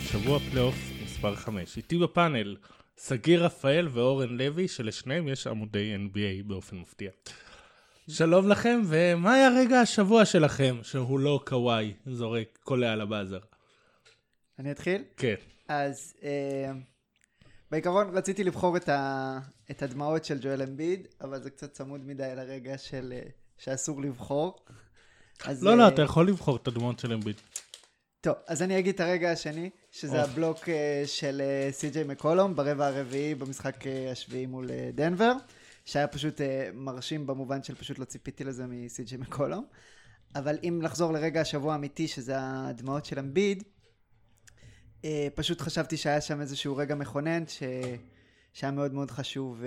שבוע פלייאוף מספר 5. איתי בפאנל סגיר רפאל ואורן לוי, שלשניהם יש עמודי NBA באופן מפתיע. שלום לכם, ומה היה רגע השבוע שלכם שהוא לא קוואי, זורק קולע על הבאזר? אני אתחיל? כן. אז בעיקרון רציתי לבחור את הדמעות של ג'ואל אמביד, אבל זה קצת צמוד מדי לרגע שאסור לבחור. לא, אתה יכול לבחור את הדמעות של אמביד. טוב, אז אני אגיד את הרגע השני, שזה הבלוק של סי.ג'יי מקולום ברבע הרביעי במשחק השביעי מול דנבר, שהיה פשוט מרשים במובן של פשוט לא ציפיתי לזה מסי.ג'יי מקולום. אבל אם לחזור לרגע השבוע האמיתי, שזה הדמעות של אמביד, פשוט חשבתי שהיה שם איזשהו רגע מכונן שהיה מאוד מאוד חשוב.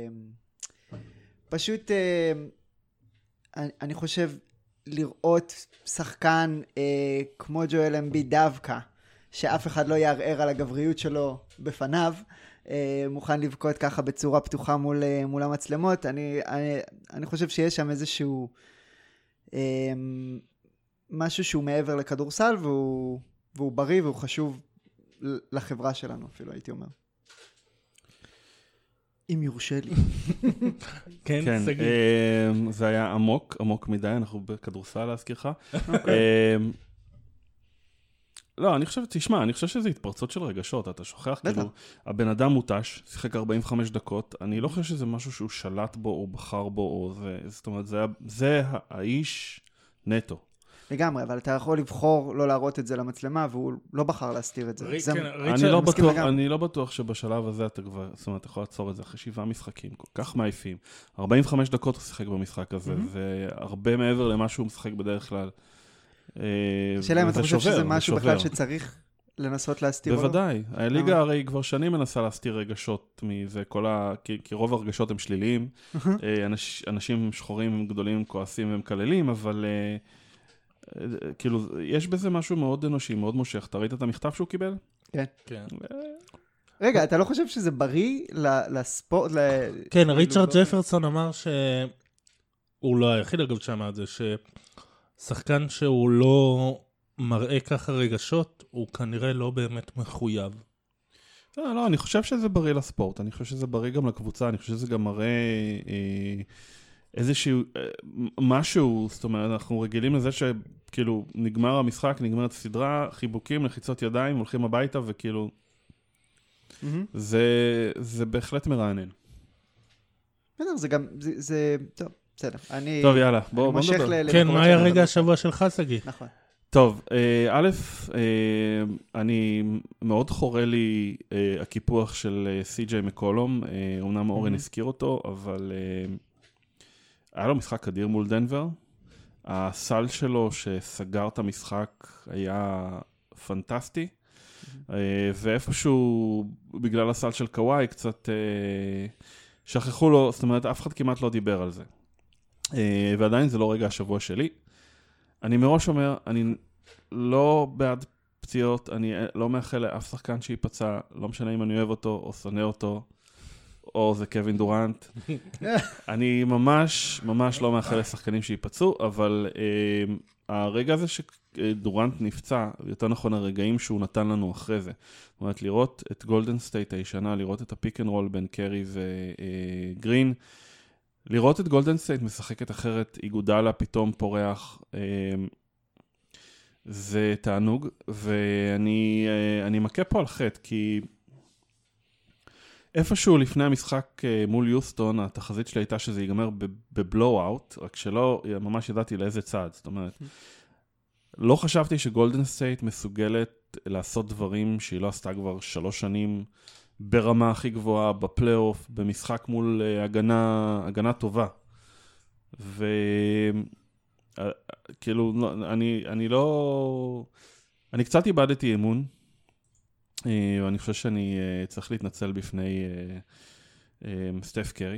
פשוט אני חושב לראות שחקן כמו ג'ואל אמביד דווקא, שאף אחד לא יערער על הגבריות שלו בפניו, מוכן לבכות ככה בצורה פתוחה מול המצלמות. אני חושב שיש שם איזשהו משהו שהוא מעבר לכדורסל, והוא בריא והוא חשוב לחברה שלנו אפילו, הייתי אומר. אם יורשה לי. כן, סגיר. זה היה עמוק מדי, אנחנו בכדורסל להזכירך. לא, אני חושב שזה התפרצות של רגשות, אתה שוכח, כאילו, הבן אדם מוטש, שיחק 45 דקות, אני לא חושב שזה משהו שהוא שלט בו או בחר בו, או זאת אומרת, זה האיש נטו. לגמרי, אבל אתה יכול לבחור לא להראות את זה למצלמה, והוא לא בחר להסתיר את זה. אני לא בטוח שבשלב הזה אתה כבר, זאת אומרת, אתה יכול לעצור את זה אחרי 7 משחקים, כל כך מעיפים. 45 דקות הוא שיחק במשחק הזה, זה הרבה מעבר למה שהוא משחק בדרך כלל. שאלה אם אתה חושב שזה משהו בכלל שצריך לנסות להסתיר או לא? בוודאי. הליגה הרי כבר שנים מנסה להסתיר רגשות מזה, כי רוב הרגשות הם שליליים. אנשים שחורים גדולים כועסים ומקללים, אבל כאילו, יש בזה משהו מאוד אנושי, מאוד מושך. אתה ראית את המכתב שהוא קיבל? כן. רגע, אתה לא חושב שזה בריא לספורט? כן, ריצ'רד ג'פרסון אמר שהוא לא היחיד אגב שאמר את זה, ששחקן שהוא לא מראה ככה רגשות, הוא כנראה לא באמת מחויב. לא, אני חושב שזה בריא לספורט, אני חושב שזה בריא גם לקבוצה, אני חושב שזה גם מראה איזשהו משהו, זאת אומרת, אנחנו רגילים לזה שכאילו נגמר המשחק, נגמרת הסדרה, חיבוקים, לחיצות ידיים, הולכים הביתה וכאילו, זה בהחלט מרענן. זה גם, זה, טוב, בסדר. טוב, יאללה, בוא נדבר. כן, מה היה רגע השבוע שלך, סגי? נכון. טוב, א', אני מאוד חורה לי הקיפוח של סי.ג'יי מקולום, אמנם אורן הזכיר אותו, אבל היה לו משחק אדיר מול דנבר. הסל שלו שסגר את המשחק היה פנטסטי, ואיפשהו בגלל הסל של קוואי קצת שכחו לו, זאת אומרת אף אחד כמעט לא דיבר על זה. ועדיין זה לא רגע השבוע שלי. אני מראש אומר, אני לא בעד פציעות, אני לא מאחל לאף שחקן שיפצע, לא משנה אם אני אוהב אותו או שונא אותו, או זה קווין דורנט. אני ממש לא מאחל לשחקנים שיפצעו, אבל הרגע הזה שדורנט נפצע, יותר נכון הרגעים שהוא נתן לנו אחרי זה. זאת אומרת, לראות את גולדן סטייט הישנה, לראות את הפיק אנד רול בין קרי וגרין, לראות את גולדן סטייט משחקת אחרת, איגודלה פתאום פורח, זה תענוג, ואני מכה פה על חטא, כי איפשהו לפני המשחק מול יוסטון, התחזית שלי הייתה שזה ייגמר בבלואו-אוט, רק שלא ממש ידעתי לאיזה צעד, זאת אומרת, לא חשבתי שגולדן סטייט מסוגלת לעשות דברים שהיא לא עשתה כבר 3 שנים, ברמה הכי גבוהה, בפלייאוף, במשחק מול הגנה טובה. וכאילו, אני קצת איבדתי אמון, ואני חושב שאני צריך להתנצל בפני סטף קרי.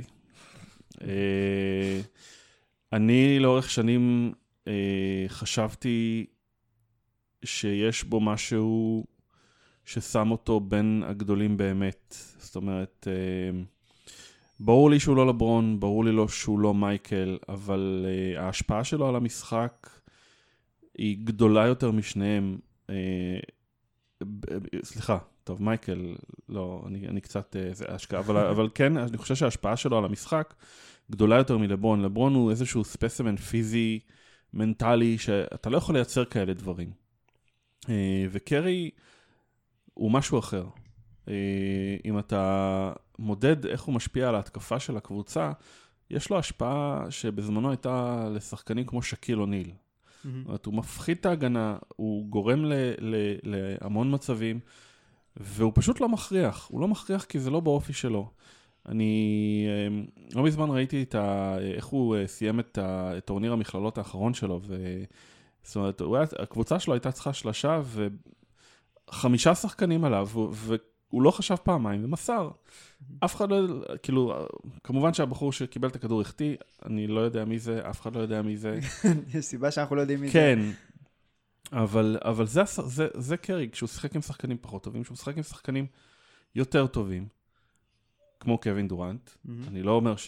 אני לאורך שנים חשבתי שיש בו משהו ששם אותו בין הגדולים באמת. זאת אומרת, ברור לי שהוא לא לברון, ברור לי לא שהוא לא מייקל, אבל ההשפעה שלו על המשחק היא גדולה יותר משניהם. סליחה, טוב, מייקל, לא, אני קצת, זה השקעה, אבל כן, אני חושב שההשפעה שלו על המשחק גדולה יותר מלברון. לברון הוא איזשהו ספסימן פיזי, מנטלי, שאתה לא יכול לייצר כאלה דברים. וקרי הוא משהו אחר. אם אתה מודד איך הוא משפיע על ההתקפה של הקבוצה, יש לו השפעה שבזמנו הייתה לשחקנים כמו שקיל אוניל. זאת אומרת, הוא מפחית את ההגנה, הוא גורם להמון מצבים, והוא פשוט לא מכריח. הוא לא מכריח כי זה לא באופי שלו. אני לא מזמן ראיתי איך הוא סיים את טורניר המכללות האחרון שלו, זאת אומרת, הקבוצה שלו הייתה צריכה שלשה, 5 שחקנים עליו, והוא לא חשב פעמיים, ומסר. אף אחד לא, כאילו, כמובן שהבחור שקיבל את הכדור החטיא, אני לא יודע מי זה, אף אחד לא יודע מי זה. יש סיבה שאנחנו לא יודעים מי זה. כן, אבל זה קרי, כשהוא שיחק עם שחקנים פחות טובים, כשהוא שיחק עם שחקנים יותר טובים, כמו קווין דורנט, אני לא אומר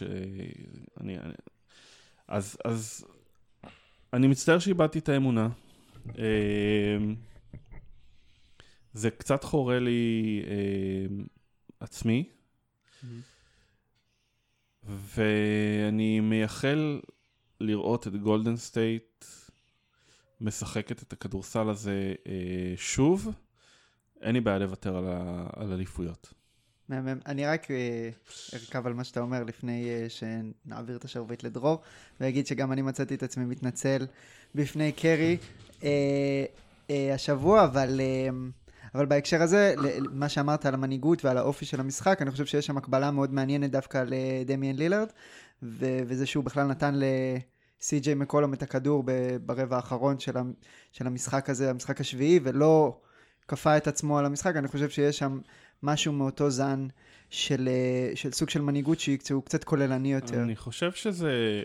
אז אני מצטער שאיבדתי את האמונה. זה קצת חורה לי עצמי, ואני מייחל לראות את גולדן סטייט משחקת את הכדורסל הזה שוב. אין לי בעיה לוותר על אליפויות. אני רק ארכב על מה שאתה אומר לפני שנעביר את השרביט לדרור, ואגיד שגם אני מצאתי את עצמי מתנצל בפני קרי השבוע, אבל בהקשר הזה, מה שאמרת על המנהיגות ועל האופי של המשחק, אני חושב שיש שם הקבלה מאוד מעניינת דווקא לדמיאן לילארד, וזה שהוא בכלל נתן לסי.ג'יי מקולום את הכדור ברבע האחרון של המשחק הזה, המשחק השביעי, ולא כפה את עצמו על המשחק. אני חושב שיש שם משהו מאותו זן של סוג של מנהיגות שהוא קצת כוללני יותר. אני חושב שזה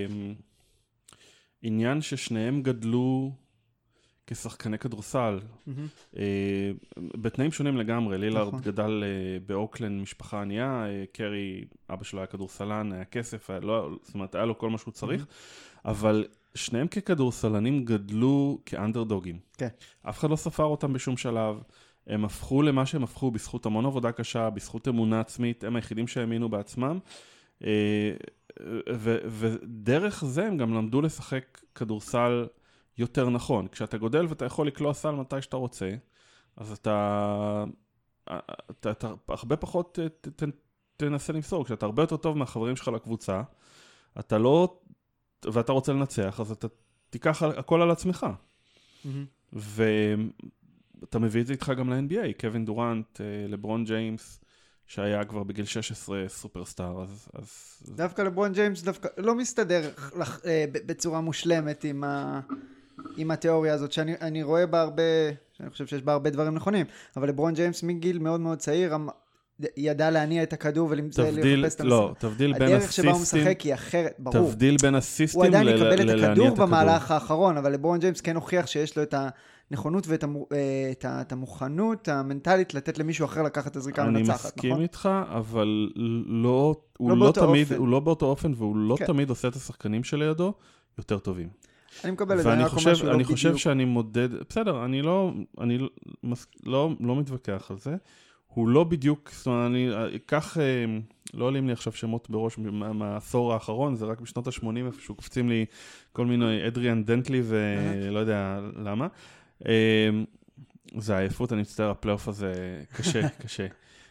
עניין ששניהם גדלו כשחקני כדורסל, בתנאים שונים לגמרי. לילארד גדל באוקלנד, משפחה ענייה, קרי, אבא שלו היה כדורסלן, היה כסף, זאת אומרת, היה לו כל מה שהוא צריך, אבל שניהם ככדורסלנים גדלו כאנדרדוגים. אף אחד לא ספר אותם בשום שלב, הם הפכו למה שהם הפכו בזכות המון עבודה קשה, בזכות אמונה עצמית, הם היחידים שהאמינו בעצמם, ודרך זה הם גם למדו לשחק כדורסל יותר נכון. כשאתה גודל ואתה יכול לקלוע סל מתי שאתה רוצה, אז אתה הרבה פחות תנסה למסור. כשאתה הרבה יותר טוב מהחברים שלך לקבוצה, אתה לא, ואתה רוצה לנצח, אז אתה תיקח הכל על עצמך. ואתה מביא את זה איתך גם ל-NBA, קווין דורנט, לברון ג'יימס, שהיה כבר בגיל 16 סופרסטאר, אז דווקא לברון ג'יימס דווקא לא מסתדר בצורה מושלמת עם התיאוריה הזאת, שאני רואה שאני חושב שיש בה הרבה דברים נכונים, אבל לברון ג'יימס מגיל מאוד מאוד צעיר, ידע להניע את הכדור ולחפש את המשחק. לא, תבדיל בין הדרך שבה הוא משחק היא אחרת, ברור. תבדיל בין הסיסטים הוא עדיין יקבל את הכדור במהלך האחרון, אבל לברון ג'יימס כן הוכיח שיש לו את הנכונות ואת המוכנות המנטלית לתת למישהו אחר לקחת את הזריקה מנצחת, נכון? אני מסכים איתך, אבל הוא לא באותו אופן, והוא לא תמיד עושה את השחקנים שלידו יותר טובים. אני מקבל את זה, אני חושב שאני מודד, בסדר, אני לא מתווכח על זה, הוא לא בדיוק, זאת אומרת, אני אקח, לא עולים לי עכשיו שמות בראש מהעשור האחרון, זה רק בשנות ה-80, איפשהו קופצים לי כל מיני אדריאן דנטלי ולא יודע למה. זה העייפות, אני מצטער, הפלייאוף הזה קשה, קשה.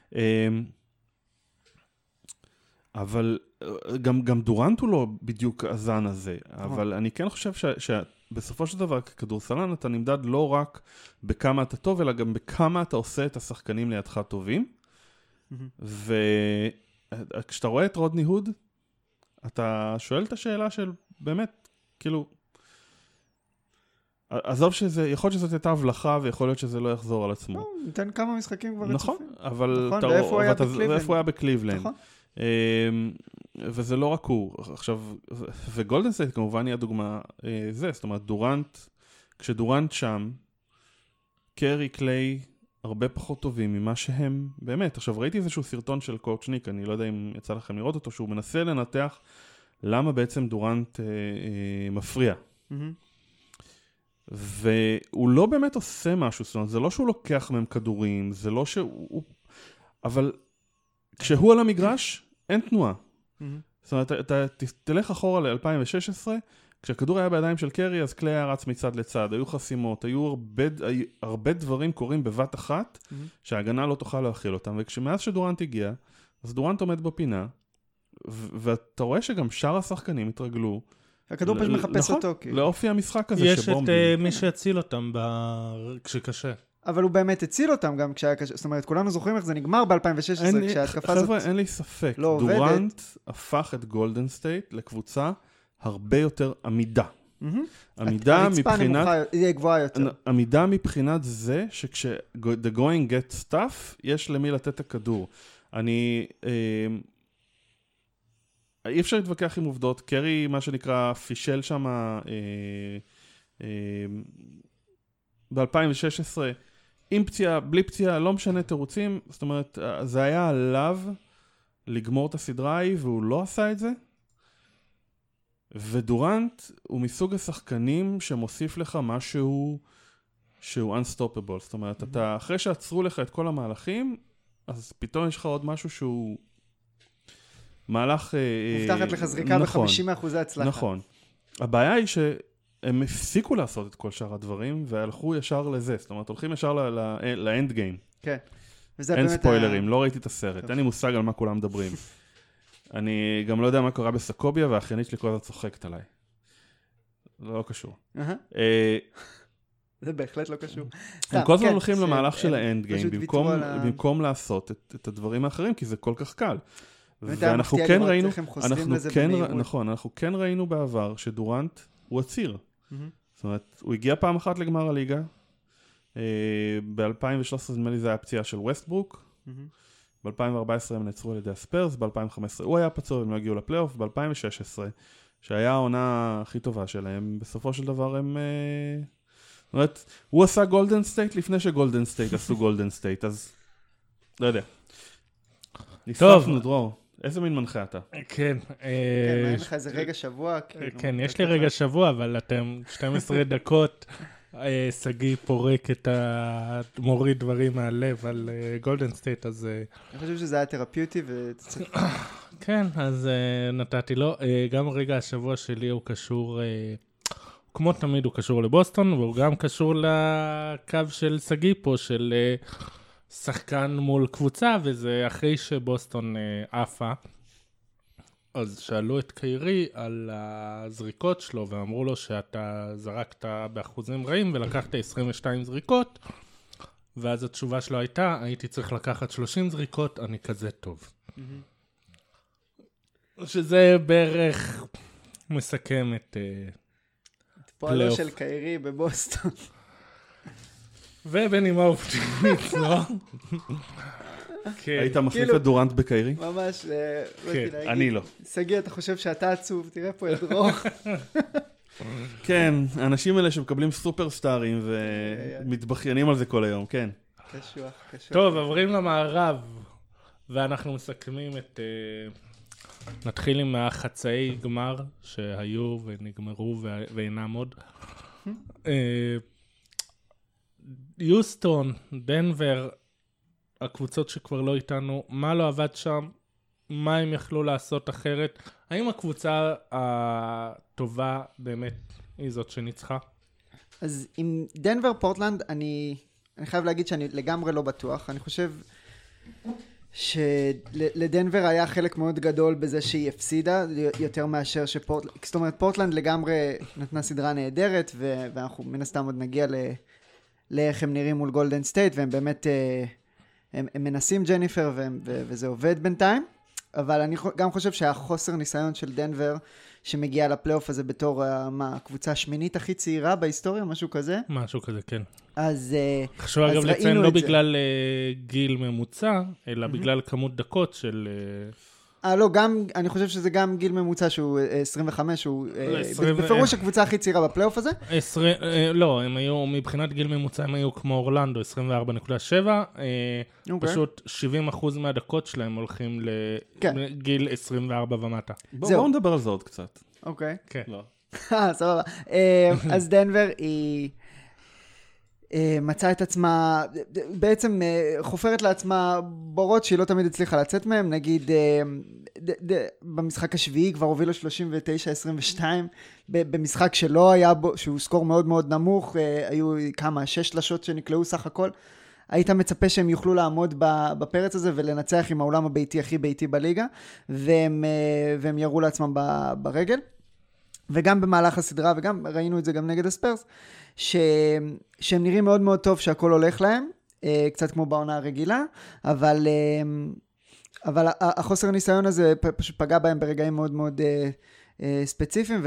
אבל גם דורנט הוא לא בדיוק הזן הזה, אבל אני כן חושב שבסופו של דבר ככדורסלן אתה נמדד לא רק בכמה אתה טוב, אלא גם בכמה אתה עושה את השחקנים לידך טובים. וכשאתה רואה את רודני הוד, אתה שואל את השאלה של באמת, כאילו, עזוב שזה, יכול להיות שזאת הייתה הבלחה, ויכול להיות שזה לא יחזור על עצמו. ניתן כמה משחקים כבר רצופים. נכון, אבל ואיפה הוא היה בקליבלנד. נכון. וזה לא רק הוא. עכשיו, וגולדן סטייט כמובן היא הדוגמה זאת אומרת, דורנט, כשדורנט שם, קרי, קליי, הרבה פחות טובים ממה שהם באמת. עכשיו, ראיתי איזשהו סרטון של קואוצ' ניק, אני לא יודע אם יצא לכם לראות אותו, שהוא מנסה לנתח למה בעצם דורנט מפריע. והוא לא באמת עושה משהו, זאת אומרת, זה לא שהוא לוקח מהם כדורים, זה לא שהוא... אבל כשהוא על המגרש, אין תנועה. זאת אומרת, אתה תלך אחורה ל-2016, כשהכדור היה בידיים של קרי, אז קלי היה רץ מצד לצד, היו חסימות, היו הרבה דברים קורים בבת אחת, שההגנה לא תוכל להכיל אותם, וכשמאז שדורנט הגיע, אז דורנט עומד בפינה, ואתה רואה שגם שאר השחקנים התרגלו, הכדור פשוט מחפש אותו. לאופי המשחק הזה יש שבו את מי שיציל אותם כשקשה. אבל הוא באמת הציל אותם גם כשהיה קשה. זאת אומרת, כולנו זוכרים איך זה נגמר ב-2016, כשההתקפה הזאת... חבר'ה, אין לי ספק. לא עובדת. דורנט הפך את גולדן סטייט לקבוצה הרבה יותר עמידה. עמידה מבחינת... יהיה גבוהה יותר. עמידה מבחינת זה שכש-the going get stuff, יש למי לתת את הכדור. אי אפשר להתווכח עם עובדות. קרי, מה שנקרא, פישל שם ב-2016, עם פציעה, בלי פציעה, לא משנה תירוצים. זאת אומרת, זה היה עליו לגמור את הסדרה ההיא, והוא לא עשה את זה. ודורנט הוא מסוג השחקנים שמוסיף לך משהו שהוא unstoppable. זאת אומרת, אתה, אחרי שעצרו לך את כל המהלכים, אז פתאום יש לך עוד משהו שהוא מהלך... מובטחת לך זריקה ב-50% הצלחה. נכון. הבעיה היא שהם הפסיקו לעשות את כל שאר הדברים, והלכו ישר לזה. זאת אומרת, הולכים ישר לאנד גיים. כן. אין ספוילרים, לא ראיתי את הסרט. אין לי מושג על מה כולם מדברים. אני גם לא יודע מה קורה בסקוביה, והאחיינית שלי כל הזמן צוחקת עליי. זה לא קשור. זה בהחלט לא קשור. הם כל הזמן הולכים למהלך של האנד גיים, במקום לעשות את הדברים האחרים, כי זה כל כך קל. ואנחנו כן ראינו, נכון, אנחנו כן ראינו בעבר שדורנט הוא הציר. זאת אומרת, הוא הגיע פעם אחת לגמר הליגה, ב-2013 נדמה לי זה היה פציעה של ווסטברוק, ב-2014 הם נעצרו על ידי הספרס, ב-2015 הוא היה פצוע, הם לא הגיעו לפלייאוף, ב-2016, שהיה העונה הכי טובה שלהם, בסופו של דבר הם... זאת אומרת, הוא עשה גולדן סטייט לפני שגולדן סטייט עשו גולדן סטייט, אז לא יודע. נשרפנו, דרור. איזה מין מנחה אתה? כן. אין לך איזה רגע שבוע? כן, יש לי רגע שבוע, אבל אתם 12 דקות, סגי פורק מוריד דברים מהלב על גולדן סטייט, אז... אני חושב שזה היה תרפיוטי כן, אז נתתי לו. גם רגע השבוע שלי הוא קשור, כמו תמיד הוא קשור לבוסטון, והוא גם קשור לקו של סגי פה, של... שחקן מול קבוצה, וזה אחרי שבוסטון עפה, אז שאלו את קיירי על הזריקות שלו, ואמרו לו שאתה זרקת באחוזים רעים, ולקחת 22 זריקות, ואז התשובה שלו הייתה, הייתי צריך לקחת 30 זריקות, אני כזה טוב. שזה בערך מסכם את פועלו של קיירי בבוסטון. ובנימה אופטימית, לא? היית מחליף את דורנט בקיירי? ממש, אני לא. סגי, אתה חושב שאתה עצוב, תראה פה את דרור. כן, האנשים האלה שמקבלים סופרסטארים ומתבחיינים על זה כל היום, כן. קשוח. טוב, עוברים למערב, ואנחנו מסכמים את... נתחיל עם החצאי גמר שהיו ונגמרו ואינם עוד. יוסטון, דנבר, הקבוצות שכבר לא איתנו, מה לא עבד שם, מה הם יכלו לעשות אחרת, האם הקבוצה הטובה באמת היא זאת שניצחה? אז עם דנבר פורטלנד, אני חייב להגיד שאני לגמרי לא בטוח, אני חושב שלדנבר היה חלק מאוד גדול בזה שהיא הפסידה, יותר מאשר זאת אומרת, פורטלנד לגמרי נתנה סדרה נהדרת, ואנחנו מן הסתם עוד נגיע לאיך הם נראים מול גולדן סטייט, והם באמת, הם מנסים ג'ניפר, וזה עובד בינתיים, אבל אני גם חושב שהחוסר ניסיון של דנבר, שמגיע לפלייאוף הזה בתור, הקבוצה השמינית הכי צעירה בהיסטוריה, משהו כזה. משהו כזה, כן. אז חשוב אגב לציין לא בגלל גיל ממוצע, אלא בגלל כמות דקות של... לא, גם, אני חושב שזה גם גיל ממוצע שהוא 25, הוא בפירוש הקבוצה הכי צעירה בפלייאוף הזה. לא, הם היו, מבחינת גיל ממוצע, הם היו כמו אורלנדו, 24.7, פשוט 70% מהדקות שלהם הולכים לגיל 24 ומטה. בואו נדבר על זה עוד קצת. אוקיי. כן. סבבה. אז דנבר היא... מצאה את עצמה, בעצם חופרת לעצמה בורות שהיא לא תמיד הצליחה לצאת מהם, נגיד במשחק השביעי כבר הובילו 39-22, במשחק שלא היה בו, שהוא סקור מאוד מאוד נמוך, היו כמה, 6 שלשות שנקלעו סך הכל, היית מצפה שהם יוכלו לעמוד בפרץ הזה ולנצח עם העולם הביתי הכי ביתי בליגה, והם ירו לעצמם ברגל, וגם במהלך הסדרה, וגם ראינו את זה גם נגד הספרס, שהם נראים מאוד מאוד טוב שהכל הולך להם, קצת כמו בעונה הרגילה, אבל החוסר ניסיון הזה פשוט פגע בהם ברגעים מאוד מאוד ספציפיים,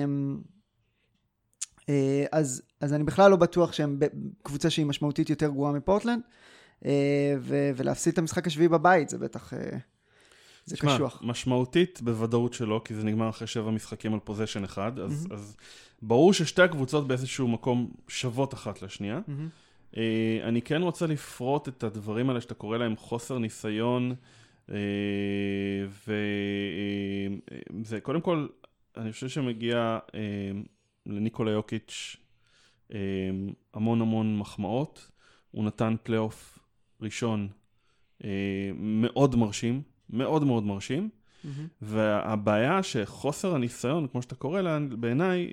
אז אני בכלל לא בטוח שהם בקבוצה שהיא משמעותית יותר גרועה מפורטלנד, ולהפסיד את המשחק השביעי בבית, זה בטח, זה קשוח. משמעותית בוודאות שלא, כי זה נגמר אחרי 7 משחקים על פוזיישן אחד, אז ברור ששתי הקבוצות באיזשהו מקום שוות אחת לשנייה. אני כן רוצה לפרוט את הדברים האלה שאתה קורא להם חוסר ניסיון, וזה קודם כל, אני חושב שמגיע לניקולה יוקיץ' המון המון מחמאות. הוא נתן פלייאוף ראשון מאוד מרשים, מאוד מאוד מרשים, והבעיה שחוסר הניסיון, כמו שאתה קורא לה, בעיניי,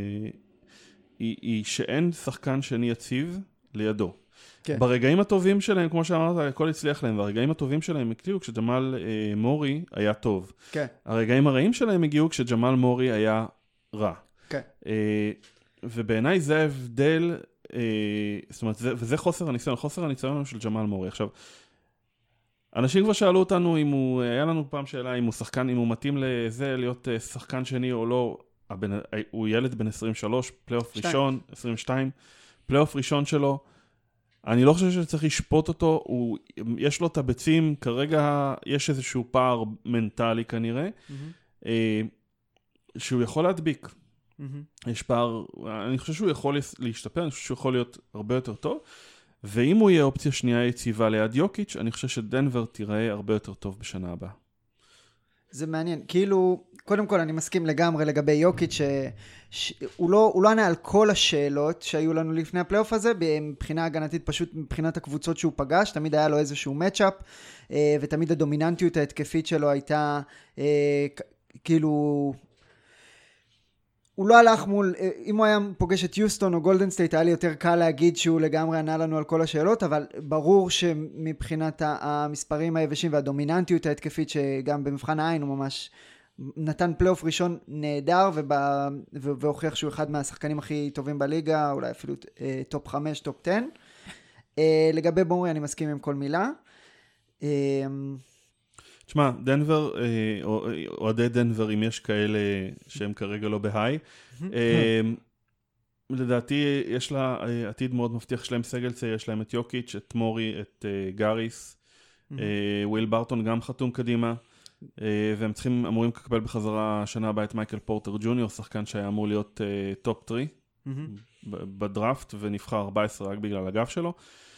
היא שאין שחקן שני יציב לידו. כן. ברגעים הטובים שלהם, כמו שאמרת, הכל הצליח להם, והרגעים הטובים שלהם הגיעו כשג'מאל מורי היה טוב. כן. הרגעים הרעים שלהם הגיעו כשג'מאל מורי היה רע. כן. ובעיניי זה ההבדל, זאת אומרת, וזה חוסר הניסיון, חוסר הניסיון של ג'מאל מורי. עכשיו, אנשים כבר שאלו אותנו אם הוא, היה לנו פעם שאלה אם הוא שחקן, אם הוא מתאים לזה להיות שחקן שני או לא, הוא ילד בן 23, פלייאוף ראשון, 22, פלייאוף ראשון שלו, אני לא חושב שצריך לשפוט אותו, יש לו את הביצים, כרגע יש איזשהו פער מנטלי כנראה, שהוא יכול להדביק. יש פער, אני חושב שהוא יכול להשתפר, אני חושב שהוא יכול להיות הרבה יותר טוב, ואם הוא יהיה אופציה שנייה יציבה ליד יוקיץ', אני חושב שדנבר תיראה הרבה יותר טוב בשנה הבאה. זה מעניין, כאילו, קודם כל אני מסכים לגמרי לגבי יוקיץ' שהוא לא ענה על כל השאלות שהיו לנו לפני הפלייאוף הזה, מבחינה הגנתית פשוט מבחינת הקבוצות שהוא פגש, תמיד היה לו איזשהו מצ'אפ, ותמיד הדומיננטיות ההתקפית שלו הייתה, כאילו, הוא לא הלך מול, אם הוא היה פוגש את יוסטון או גולדן סטייט, היה לי יותר קל להגיד שהוא לגמרי ענה לנו על כל השאלות, אבל ברור שמבחינת המספרים היבשים והדומיננטיות ההתקפית, שגם במבחן העין הוא ממש נתן פלייאוף ראשון נהדר, והוכיח שהוא אחד מהשחקנים הכי טובים בליגה, אולי אפילו טופ 5, טופ 10. לגבי בומרי אני מסכים עם כל מילה. תשמע, דנבר, אוהדי דנבר, אם יש כאלה שהם כרגע לא בהיי, לדעתי יש לה עתיד מאוד מבטיח, יש להם סגל צעיר, יש להם את יוקיץ', את מורי, את גאריס, וויל ברטון גם חתום קדימה, והם אמורים לקבל בחזרה השנה הבאה את מייקל פורטר ג'וניור, שחקן שהיה אמור להיות טופ 3 בדראפט, ונבחר 14 רק בגלל הגב שלו.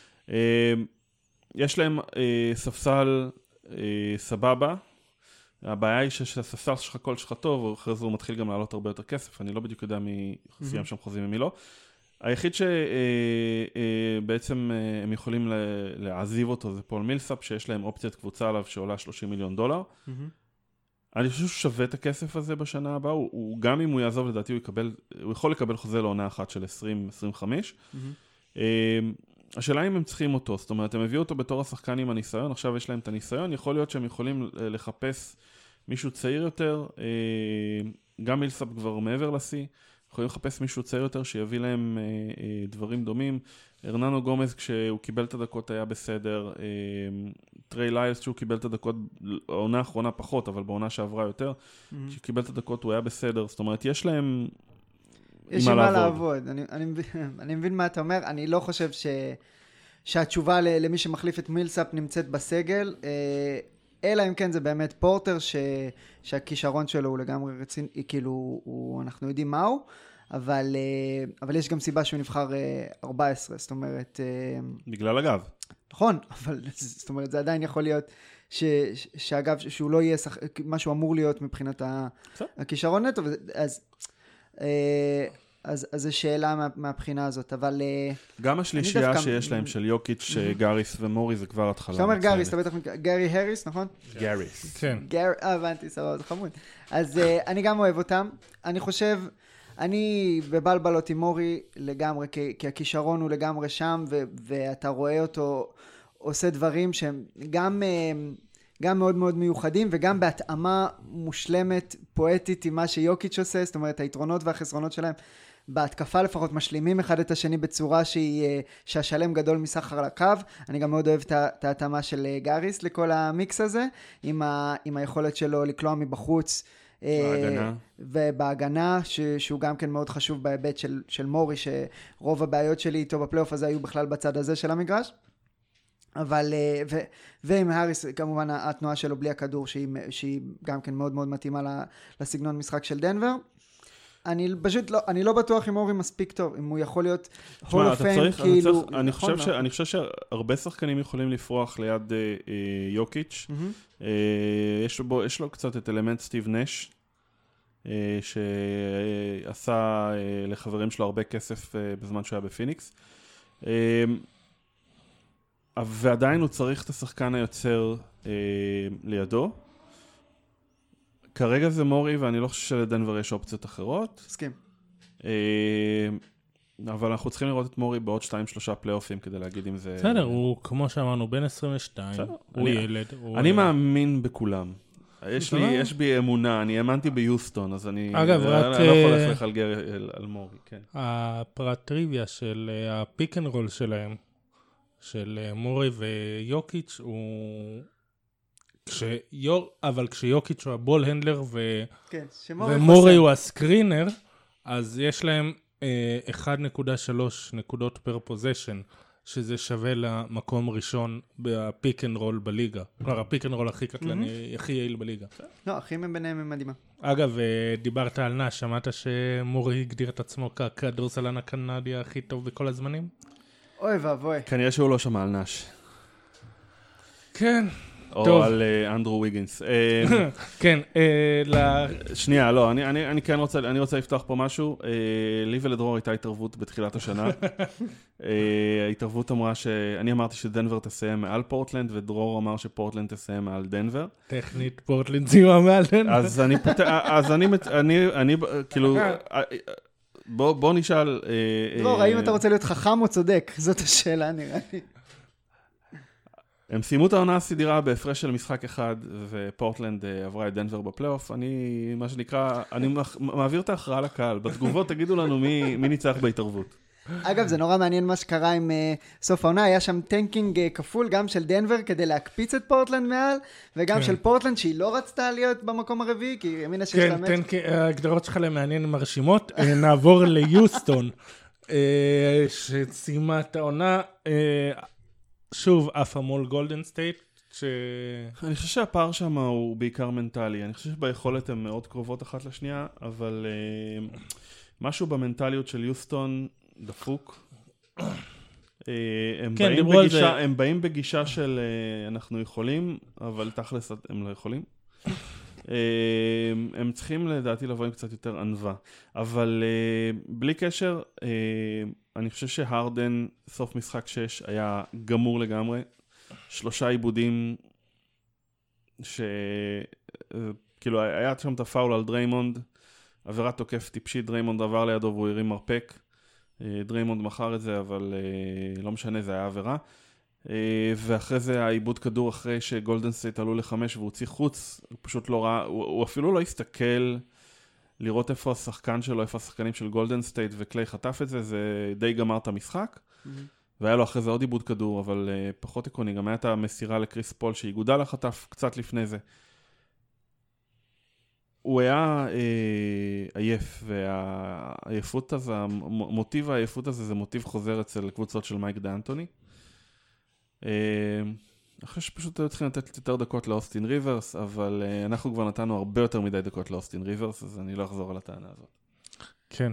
יש להם ספסל סבבה, הבעיה היא שהספסל שלך כל שלך טוב, ואחרי זה הוא מתחיל גם לעלות הרבה יותר כסף, אני לא בדיוק יודע מי סיים שם חוזים ומי לא. היחיד שבעצם הם יכולים להעזיב אותו זה פול מילסאפ, שיש להם אופציית קבוצה עליו שעולה $30 מיליון. אני חושב שהוא שווה את הכסף הזה בשנה הבאה, הוא גם אם הוא יעזוב לדעתי הוא יכול לקבל חוזה לעונה אחת של 2025. השאלה אם הם צריכים אותו, זאת אומרת, הם הביאו אותו בתור השחקן עם הניסיון, עכשיו יש להם את הניסיון, יכול להיות שהם יכולים לחפש מישהו צעיר יותר, גם מילסאפ כבר מעבר לשיא, יכולים לחפש מישהו צעיר יותר שיביא להם דברים דומים. הרננו גומז כשהוא קיבל את הדקות היה בסדר, טריי ליילס כשהוא קיבל את הדקות, העונה האחרונה פחות, אבל בעונה שעברה יותר, כשהוא קיבל את הדקות הוא היה בסדר, זאת אומרת, יש להם יש מה לעבוד. אני מבין מה אתה אומר, אני לא חושב שהתשובה למי שמחליף את מילסאפ נמצאת בסגל, אלא אם כן זה באמת פורטר שהכישרון שלו הוא לגמרי רציני, כאילו אנחנו יודעים מהו, אבל יש גם סיבה שהוא נבחר 14, זאת אומרת בגלל הגב. נכון, אבל זאת אומרת זה עדיין יכול להיות שאגב שהוא לא יהיה מה שהוא אמור להיות מבחינת הכישרון נטו, אז אז זו שאלה מהבחינה הזאת, אבל... גם השלישייה שיש להם של יוקיץ', גאריס ומורי, זה כבר התחלה. כשאתה אומר גאריס, אתה בטח... גארי הריס, נכון? גאריס. כן. הבנתי, סבבה, זה חמוד. אז אני גם אוהב אותם. אני חושב, אני בבלבלות עם מורי לגמרי, כי הכישרון הוא לגמרי שם, ואתה רואה אותו עושה דברים שהם גם מאוד מאוד מיוחדים, וגם בהתאמה מושלמת, פואטית עם מה שיוקיץ' עושה, זאת אומרת, היתרונות והחסרונות שלהם, בהתקפה לפחות משלימים אחד את השני בצורה שהשלם גדול מסחר לקו. אני גם מאוד אוהב את ההתאמה של גאריס לכל המיקס הזה, עם היכולת שלו לקלוע מבחוץ, בהגנה. ובהגנה, שהוא גם כן מאוד חשוב בהיבט של מורי, שרוב הבעיות שלי איתו בפלייאוף הזה היו בכלל בצד הזה של המגרש. אבל, ועם האריס, כמובן התנועה שלו בלי הכדור, שהיא גם כן מאוד מאוד מתאימה לסגנון משחק של דנבר. אני לא בטוח אם אורי מספיק טוב, אם הוא יכול להיות הול אוף פיים, כאילו... אני חושב שהרבה שחקנים יכולים לפרוח ליד יוקיץ'. יש לו קצת את אלמנט סטיב נש, שעשה לחברים שלו הרבה כסף בזמן שהוא היה בפיניקס. ועדיין הוא צריך את השחקן היוצר לידו. כרגע זה מורי, ואני לא חושב שלדנבר יש אופציות אחרות. מסכים. אבל אנחנו צריכים לראות את מורי בעוד 2-3 פלייאופים כדי להגיד אם זה... בסדר, הוא כמו שאמרנו, בין 22, הוא ילד. אני מאמין בכולם. יש בי אמונה, אני האמנתי ביוסטון, אז אני לא יכול להפריך על מורי, כן. הפרט טריוויה של הפיק אנד רול שלהם, של מורי ויוקיץ' הוא... אבל כשיוקיץ' הוא הבול הנדלר ומורי הוא הסקרינר, אז יש להם 1.3 נקודות פר פוזיישן, שזה שווה למקום ראשון בפיק אנד רול בליגה. כלומר, הפיק אנד רול הכי קטלני, הכי יעיל בליגה. לא, הכי ביניהם הם מדהימה. אגב, דיברת על נש, שמעת שמורי הגדיר את עצמו ככדורסלן הקנדי הכי טוב בכל הזמנים? אוי ואבוי. כנראה שהוא לא שמע על נש. כן. או על אנדרו ויגינס. כן, שנייה, לא, אני רוצה לפתוח פה משהו. לי ולדרור הייתה התערבות בתחילת השנה. ההתערבות אמרה אני אמרתי שדנבר תסיים מעל פורטלנד, ודרור אמר שפורטלנד תסיים מעל דנבר. טכנית פורטלנד זימה מעל דנבר. אז אני כאילו... בוא נשאל... דרור, האם אתה רוצה להיות חכם או צודק? זאת השאלה נראה לי. הם סיימו את העונה הסדירה בהפרש של משחק אחד, ופורטלנד עברה את דנבר בפלייאוף. מה שנקרא, אני מעביר את ההכרעה לקהל. בתגובות תגידו לנו מי ניצח בהתערבות. אגב, זה נורא מעניין מה שקרה עם סוף העונה. היה שם טנקינג כפול גם של דנבר כדי להקפיץ את פורטלנד מעל, וגם של פורטלנד שהיא לא רצתה להיות במקום הרביעי, כי האמינה שיש לה מאץ'. כן, ההגדרות שלך למעניין מרשימות. נעבור ליוסטון, שסיימה את העונה... שוב, אף מול גולדן סטייט, אני חושב שהפער שם הוא בעיקר מנטלי. אני חושב שביכולת הן מאוד קרובות אחת לשנייה, אבל משהו במנטליות של יוסטון דפוק. הם באים בגישה של אנחנו יכולים, אבל תכלס הם לא יכולים. הם צריכים לדעתי לבוא עם קצת יותר ענווה. אבל בלי קשר... אני חושב שהרדן, סוף משחק 6, היה גמור לגמרי. 3 עיבודים, כאילו, היה שם את הפאול על דריימונד, עבירת תוקף טיפשית, דריימונד עבר לידו והוא הרים מרפק. דריימונד מכר את זה, אבל לא משנה, זה היה עבירה. ואחרי זה העיבוד כדור, אחרי שגולדן סטייט עלו ל5 והוא הוציא חוץ, הוא פשוט לא ראה, הוא אפילו לא הסתכל... לראות איפה השחקן שלו, איפה השחקנים של גולדן סטייט וקליי חטף את זה, זה די גמר את המשחק. והיה לו אחרי זה עוד עיבוד כדור, אבל פחות עקרוני. גם היה את המסירה לקריס פול, שהיגודה לחטף קצת לפני זה. הוא היה עייף, והעייפות הזה, מוטיב העייפות הזה, זה מוטיב חוזר אצל קבוצות של מייק ד'אנטוני. אני חושב שפשוט היו צריכים לתת יותר דקות לאוסטין ריברס, אבל אנחנו כבר נתנו הרבה יותר מדי דקות לאוסטין ריברס, אז אני לא אחזור על הטענה הזאת. כן.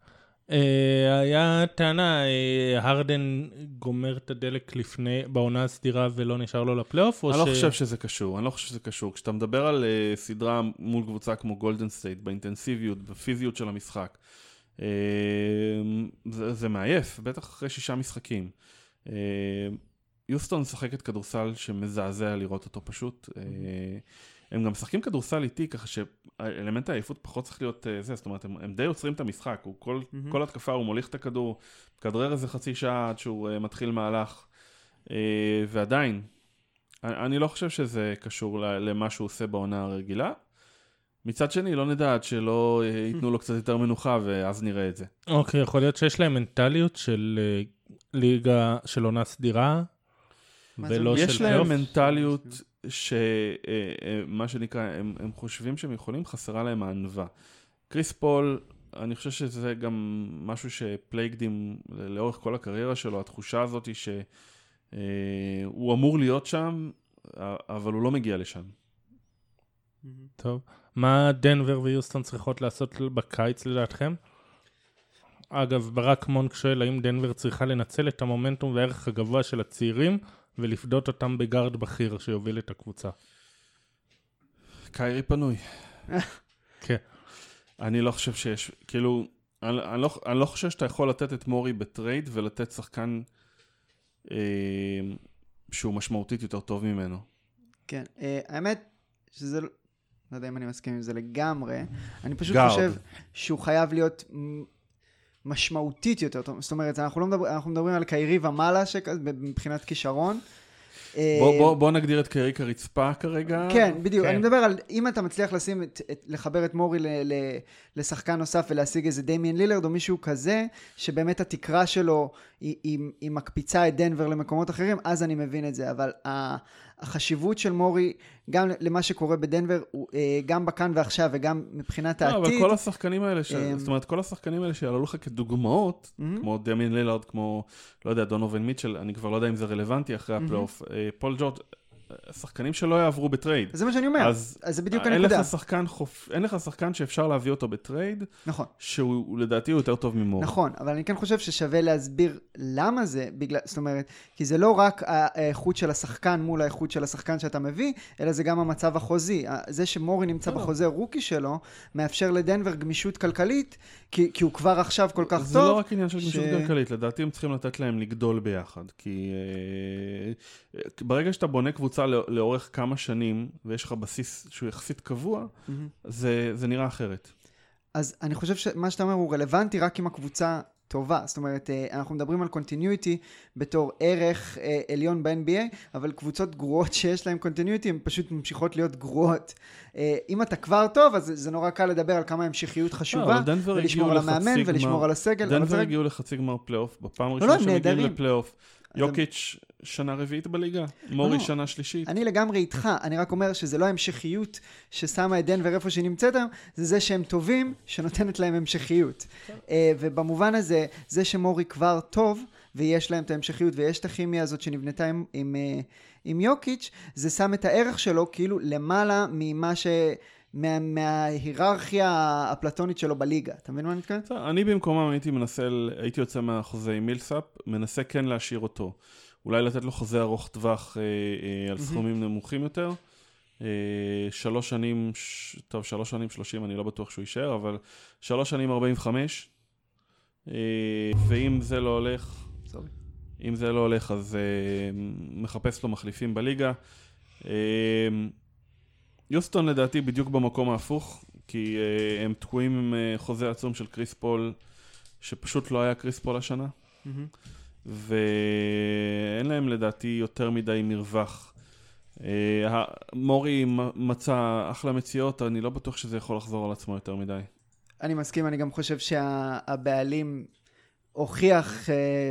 היה טענה, הרדן גומר את הדלק לפני, בעונה הסדירה ולא נשאר לו לפלייאוף? אני לא חושב שזה קשור, כשאתה מדבר על סדרה מול קבוצה כמו גולדן סטייט, באינטנסיביות, בפיזיות של המשחק, זה מעייף, בטח אחרי 6 משחקים. יוסטון משחקת כדורסל שמזעזע לראות אותו פשוט. הם גם משחקים כדורסל איטי, ככה שאלמנט העייפות פחות צריך להיות זה, זאת אומרת, הם די עוצרים את המשחק, כל התקפה הוא מוליך את הכדור, כדרר איזה חצי שעה עד שהוא מתחיל מהלך, ועדיין, אני לא חושב שזה קשור למה שהוא עושה בעונה הרגילה. מצד שני, לא נדע עד שלא ייתנו לו קצת יותר מנוחה, ואז נראה את זה. אוקיי, יכול להיות שיש להם מנטליות של ליגה של עונה סדירה, ולא של יש להם מנטליות שמה שנקרא, הם חושבים שהם יכולים, חסרה להם הענווה. קריס פול, אני חושב שזה גם משהו שפלייגדים לאורך כל הקריירה שלו, התחושה הזאת היא שהוא אמור להיות שם, אבל הוא לא מגיע לשם. טוב. מה דנבר ויוסטון צריכות לעשות בקיץ לדעתכם? אגב, ברק מונק שואל, האם דנבר צריכה לנצל את המומנטום והערך הגבוה של הצעירים, ולפדות אותם בגארד בכיר שיוביל את הקבוצה? קיירי פנוי. כן. אני לא חושב שיש, כאילו, אני לא חושב שאתה יכול לתת את מורי בטרייד, ולתת שחקן שהוא משמעותית יותר טוב ממנו. כן, האמת שזה, לא יודע אם אני מסכים עם זה לגמרי, אני פשוט חושב שהוא חייב להיות משמעותית יותר טוב, זאת אומרת, אנחנו מדברים על קיירי ומעלה מבחינת כישרון. בוא נגדיר את קיירי כרצפה כרגע. כן, בדיוק, אני מדבר על אם אתה מצליח לחבר את מורי לשחקן נוסף ולהשיג איזה דמיין לילרד או מישהו כזה, שבאמת התקרה שלו היא מקפיצה את דנבר למקומות אחרים, אז אני מבין את זה, אבל החשיבות של מורי, גם למה שקורה בדנבר, גם בכאן ועכשיו וגם מבחינת העתיד. אבל כל השחקנים האלה, זאת אומרת, כל השחקנים האלה שעלו לך כדוגמאות, כמו דמיין לילארד, כמו, לא יודע, דונובין מיטשל, אני כבר לא יודע אם זה רלוונטי אחרי הפלייאוף, פול ג'ורג', שחקנים שלא יעברו בטרייד. זה מה שאני אומר, אז זה בדיוק הנקודה. אין לך שחקן שאפשר להביא אותו בטרייד, נכון. שהוא לדעתי הוא יותר טוב ממור. נכון, אבל אני כן חושב ששווה להסביר למה זה, זאת אומרת, כי זה לא רק האיכות של השחקן מול האיכות של השחקן שאתה מביא, אלא זה גם המצב החוזי. זה שמורי נמצא בחוזה רוקי שלו, מאפשר לדנבר גמישות כלכלית, כי הוא כבר עכשיו כל כך טוב. זה לא רק עניין של גמישות כלכלית, לדעתי הם צריכים לתת להם לגדול ביחד, כי ברגע שאתה בונה קבוצה לאורך כמה שנים, ויש לך בסיס שהוא יחסית קבוע, זה נראה אחרת. אז אני חושב שמה שאתה אומר הוא רלוונטי רק עם הקבוצה טובה. זאת אומרת, אנחנו מדברים על continuity בתור ערך עליון ב-NBA, אבל קבוצות גרועות שיש להן continuity, הן פשוט ממשיכות להיות גרועות. אם אתה כבר טוב, אז זה נורא קל לדבר על כמה המשכיות חשובה, ולשמור על המאמן ולשמור על הסגל. דנבר הגיעו לחצי גמר פלייאוף, בפעם הראשונה שמגיעים לפלייאוף. יוקיץ' שנה רביעית בליגה, מורי שנה שלישית. אני לגמרי איתך, אני רק אומר שזה לא המשכיות ששמה את דנבר איפה שהיא נמצאת היום, זה שהם טובים שנותנת להם המשכיות. ובמובן הזה, זה שמורי כבר טוב, ויש להם את ההמשכיות, ויש את הכימיה הזאת שנבנתה עם יוקיץ', זה שם את הערך שלו כאילו למעלה ממה מההיררכיה הפלטונית שלו בליגה. אתה מבין מה אני מתכוון? אני במקומם הייתי יוצא מהחוזה עם מילסאפ, מנסה כן להשאיר אותו. אולי לתת לו חוזה ארוך טווח על סכומים נמוכים יותר. 3 שנים, טוב, 3 שנים 30, אני לא בטוח שהוא יישאר, אבל 3 שנים 45. ואם זה לא הולך, אז מחפש לו מחליפים בליגה. יוסטון לדעתי בדיוק במקום ההפוך, כי הם תקועים עם חוזה עצום של קריס פול, שפשוט לא היה קריס פול השנה. ואין להם לדעתי יותר מדי מרווח. מורי מצא אחלה מציאות, אני לא בטוח שזה יכול לחזור על עצמו יותר מדי. אני מסכים, אני גם חושב שהבעלים הוכיח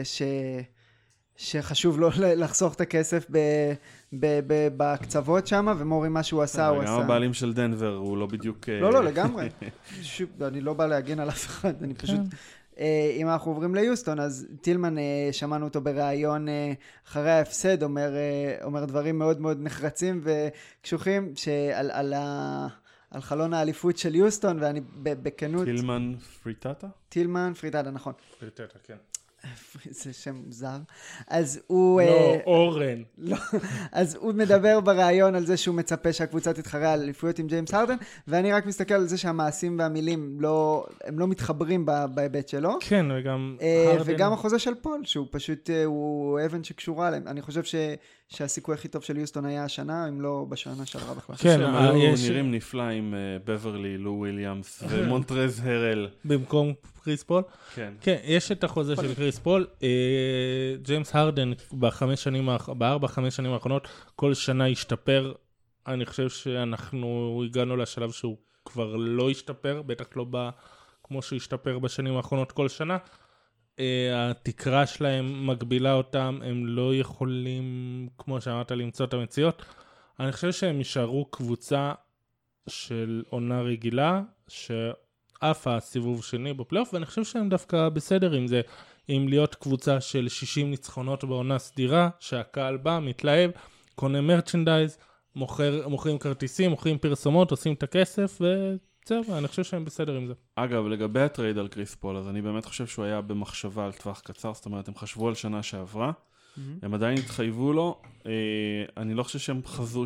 שחשוב לו לחסוך את הכסף בקצוות שם, ומורי מה שהוא עשה, הוא עשה. גם הבעלים של דנבר הוא לא בדיוק... לא, לגמרי. אני לא בא להגן על אף אחד, אני פשוט... אם אנחנו עוברים ליוסטון, אז טילמן, שמענו אותו בראיון אחרי ההפסד, אומר דברים מאוד מאוד נחרצים וקשוחים על חלון האליפות של יוסטון, ואני בכנות... טילמן פריטטה? טילמן פריטטה, נכון. פריטטה, כן. זה שם מוזר. אז הוא... לא, אורן. לא, אז הוא מדבר ברעיון על זה שהוא מצפה שהקבוצה תתחרה על אליפויות עם ג'יימס הרדן, ואני רק מסתכל על זה שהמעשים והמילים הם לא מתחברים בהיבט שלו. כן, וגם וגם החוזה של פול, שהוא פשוט, הוא אבן שקשורה עליהם. אני חושב שהסיכוי הכי טוב של יוסטון היה השנה, אם לא בשנה שעברה בכלל. כן, הם היו נראים נפלא עם בברלי, לו וויליאמס ומונטרז הרל. במקום קריס פול? כן. כן, יש את החוזה של קריס פול. ג'יימס הרדן ב4-5 שנים האחרונות, כל שנה השתפר. אני חושב שאנחנו הגענו לשלב שהוא כבר לא השתפר, בטח לא כמו שהוא השתפר בשנים האחרונות כל שנה. התקרה שלהם מגבילה אותם, הם לא יכולים, כמו שאמרת, למצוא את המציאות. אני חושב שהם יישארו קבוצה של עונה רגילה, שאף הסיבוב שני בפלייאוף, ואני חושב שהם דווקא בסדר עם זה, עם להיות קבוצה של 60 ניצחונות בעונה סדירה, שהקהל בא, מתלהב, קונה מרצ'נדייז, מוכרים כרטיסים, מוכרים פרסומות, עושים את הכסף, וזהו, אני חושב שהם בסדר עם זה. אגב, לגבי הטרייד על קריס פול, אז אני באמת חושב שהוא היה במחשבה על טווח קצר, זאת אומרת, הם חשבו על שנה שעברה, הם עדיין התחייבו לו, אני לא חושב שהם חזו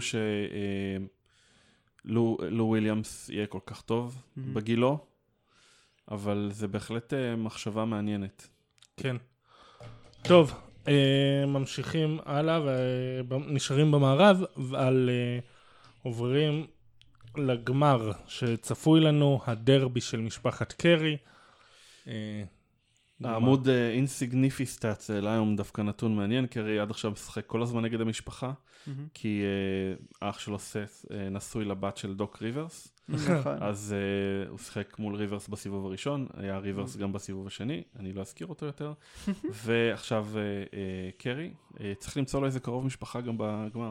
לו וויליאמס יהיה כל כך טוב בגילו, אבל זה בהחלט מחשבה מעניינת. כן. טוב, ממשיכים הלאה ונשארים במערב, עוברים לגמר שצפוי לנו, הדרבי של משפחת קרי. העמוד אינסיגניפי סטאצ, היום דווקא נתון מעניין, קרי עד עכשיו משחק כל הזמן נגד המשפחה, כי אח שלו סס נשוי לבת של דוק ריברס, אז הוא שחק מול ריברס בסיבוב הראשון, היה ריברס גם בסיבוב השני, אני לא אזכיר אותו יותר, ועכשיו קרי, צריך למצוא לו איזה קרוב משפחה גם בגמר.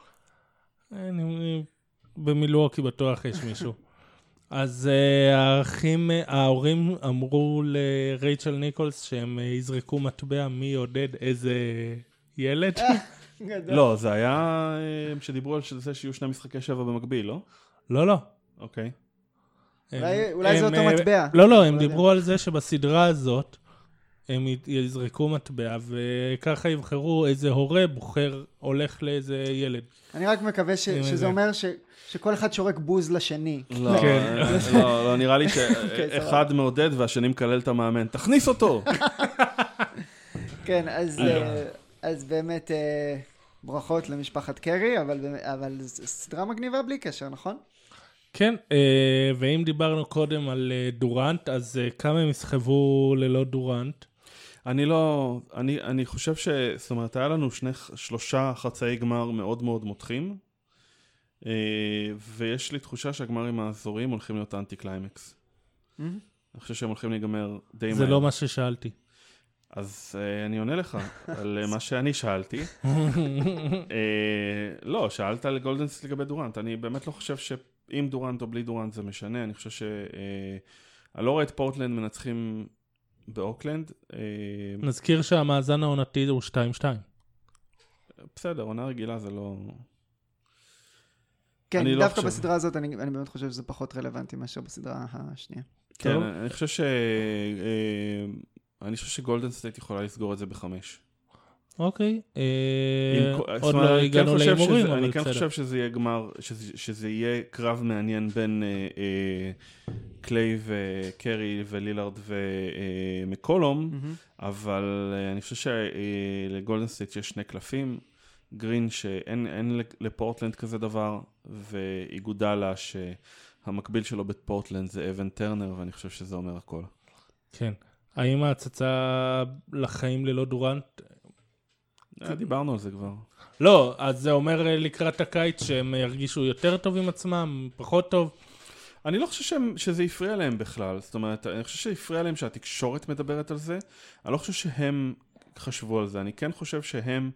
במילואוקי בטוח יש מישהו. אז ההורים אמרו לרייצ'ל ניקולס שהם יזרקו מטבע מי יעודד איזה ילד. לא, זה היה שדיברו על זה שיהיו 2 משחקי 7 במקביל, לא? לא, לא. אוקיי. אולי זה אותו מטבע. לא, הם דיברו על זה שבסדרה הזאת הם יזרקו מטבע, וככה יבחרו איזה הורה בוחר, הולך לאיזה ילד. אני רק מקווה שזה אומר שכל אחד שורק בוז לשני. לא, נראה לי שאחד מעודד והשני מקלל את המאמן. תכניס אותו! כן, אז באמת ברכות למשפחת קרי, אבל סדרה מגניבה בלי קשר, נכון? כן, ואם דיברנו קודם על דורנט, אז כמה הם יסחבו ללא דורנט? אני חושב זאת אומרת, היה לנו 3 חצאי גמר מאוד מאוד מותחים, ויש לי תחושה שהגמרים האזוריים הולכים להיות אנטי קליימקס. אני חושב שהם הולכים להיגמר די מהר. זה לא מה ששאלתי. אז אני עונה לך על מה שאני שאלתי. לא, שאלת על גולדן סטייט לגבי דורנט. אני באמת לא חושב שאם דורנט או בלי דורנט זה משנה. אני חושב אני לא רואה את פורטלנד מנצחים באוקלנד. נזכיר שהמאזן העונתי הוא 2-2. בסדר, עונה רגילה זה לא... כן, דווקא בסדרה הזאת אני באמת חושב שזה פחות רלוונטי מאשר בסדרה השנייה. כן, אני חושב שגולדן סטייט יכולה לסגור את זה ב5. אוקיי. עוד לא הגענו להימורים, אבל בסדר. אני כן חושב שזה יהיה גמר, שזה יהיה קרב מעניין בין קליי וקרי ולילארד ומקולום, אבל אני חושב שלגולדן סטייט יש 2 קלפים, גרין שאין לפורטלנד כזה דבר, ואיגודלה שהמקביל שלו בפורטלנד זה אבן טרנר, ואני חושב שזה אומר הכל. כן. האם ההצצה לחיים ללא דורנט? דיברנו על זה כבר. לא, אז זה אומר לקראת הקיץ שהם ירגישו יותר טוב עם עצמם, פחות טוב? אני לא חושב שזה יפריע להם בכלל. זאת אומרת, אני חושב שיפריע להם שהתקשורת מדברת על זה. אני לא חושב שהם חשבו על זה. אני כן חושב שהם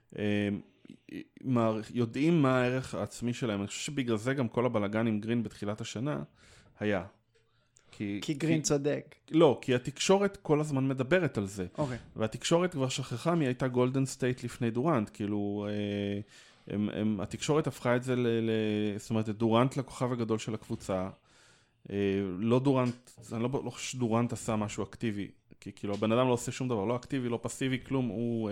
יודעים מה הערך העצמי שלהם. אני חושב שבגלל זה גם כל הבלגן עם גרין בתחילת השנה היה. כי גרין צודק. לא, כי התקשורת כל הזמן מדברת על זה. אוקיי. והתקשורת כבר שכחה מי הייתה גולדן סטייט לפני דורנט. כאילו, התקשורת הפכה את זה זאת אומרת, דורנט לכוכב הגדול של הקבוצה. לא דורנט, אני לא חושב שדורנט עשה משהו אקטיבי. כי כאילו הבן אדם לא עושה שום דבר, לא אקטיבי, לא פסיבי, כלום,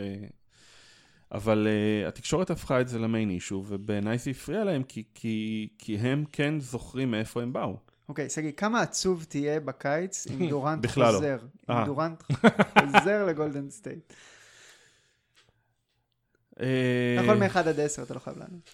אבל התקשורת הפכה את זה למיין אישו, ובעיניי זה הפריע להם, כי הם כן זוכרים מאיפה הם באו. אוקיי, סגי, כמה עצוב תהיה בקיץ אם דורנט בכלל חוזר? לא. אם דורנט חוזר לגולדן סטייט. נכון, מ-1 עד 10 אתה לא חייב לענות.